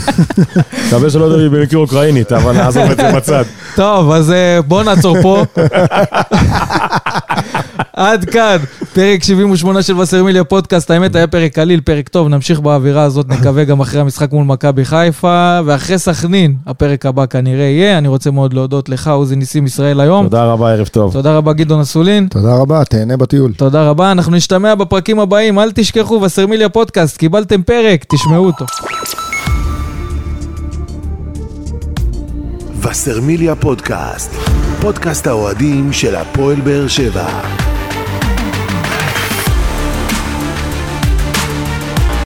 מקווה שלא יודע במקרה אוקראינית, אבל נעזוב את זה בצד. טוב, אז בוא נעצור פה. עד כאן, פרק שבעים ושמונה של וסרמיליה פודקאסט, האמת היה פרק קליל, פרק טוב, נמשיך באווירה הזאת, נקווה גם אחרי המשחק מול מכבי חיפה, ואחרי סכנין, הפרק הבא כנראה יהיה, אני רוצה מאוד להודות לך, עוזי ניסים ישראל היום. תודה רבה, ערב טוב. תודה רבה, גדעון אסולין. תודה רבה, תהנה בטיול. תודה רבה, אנחנו נשתמע בפרקים הבאים, אל תשכחו, וסרמיליה פודקאסט, קיבלתם פרק, תשמעו אותו. וסרמיליה פודקאסט, פודקאסט האוהדים של הפועל באר שבע.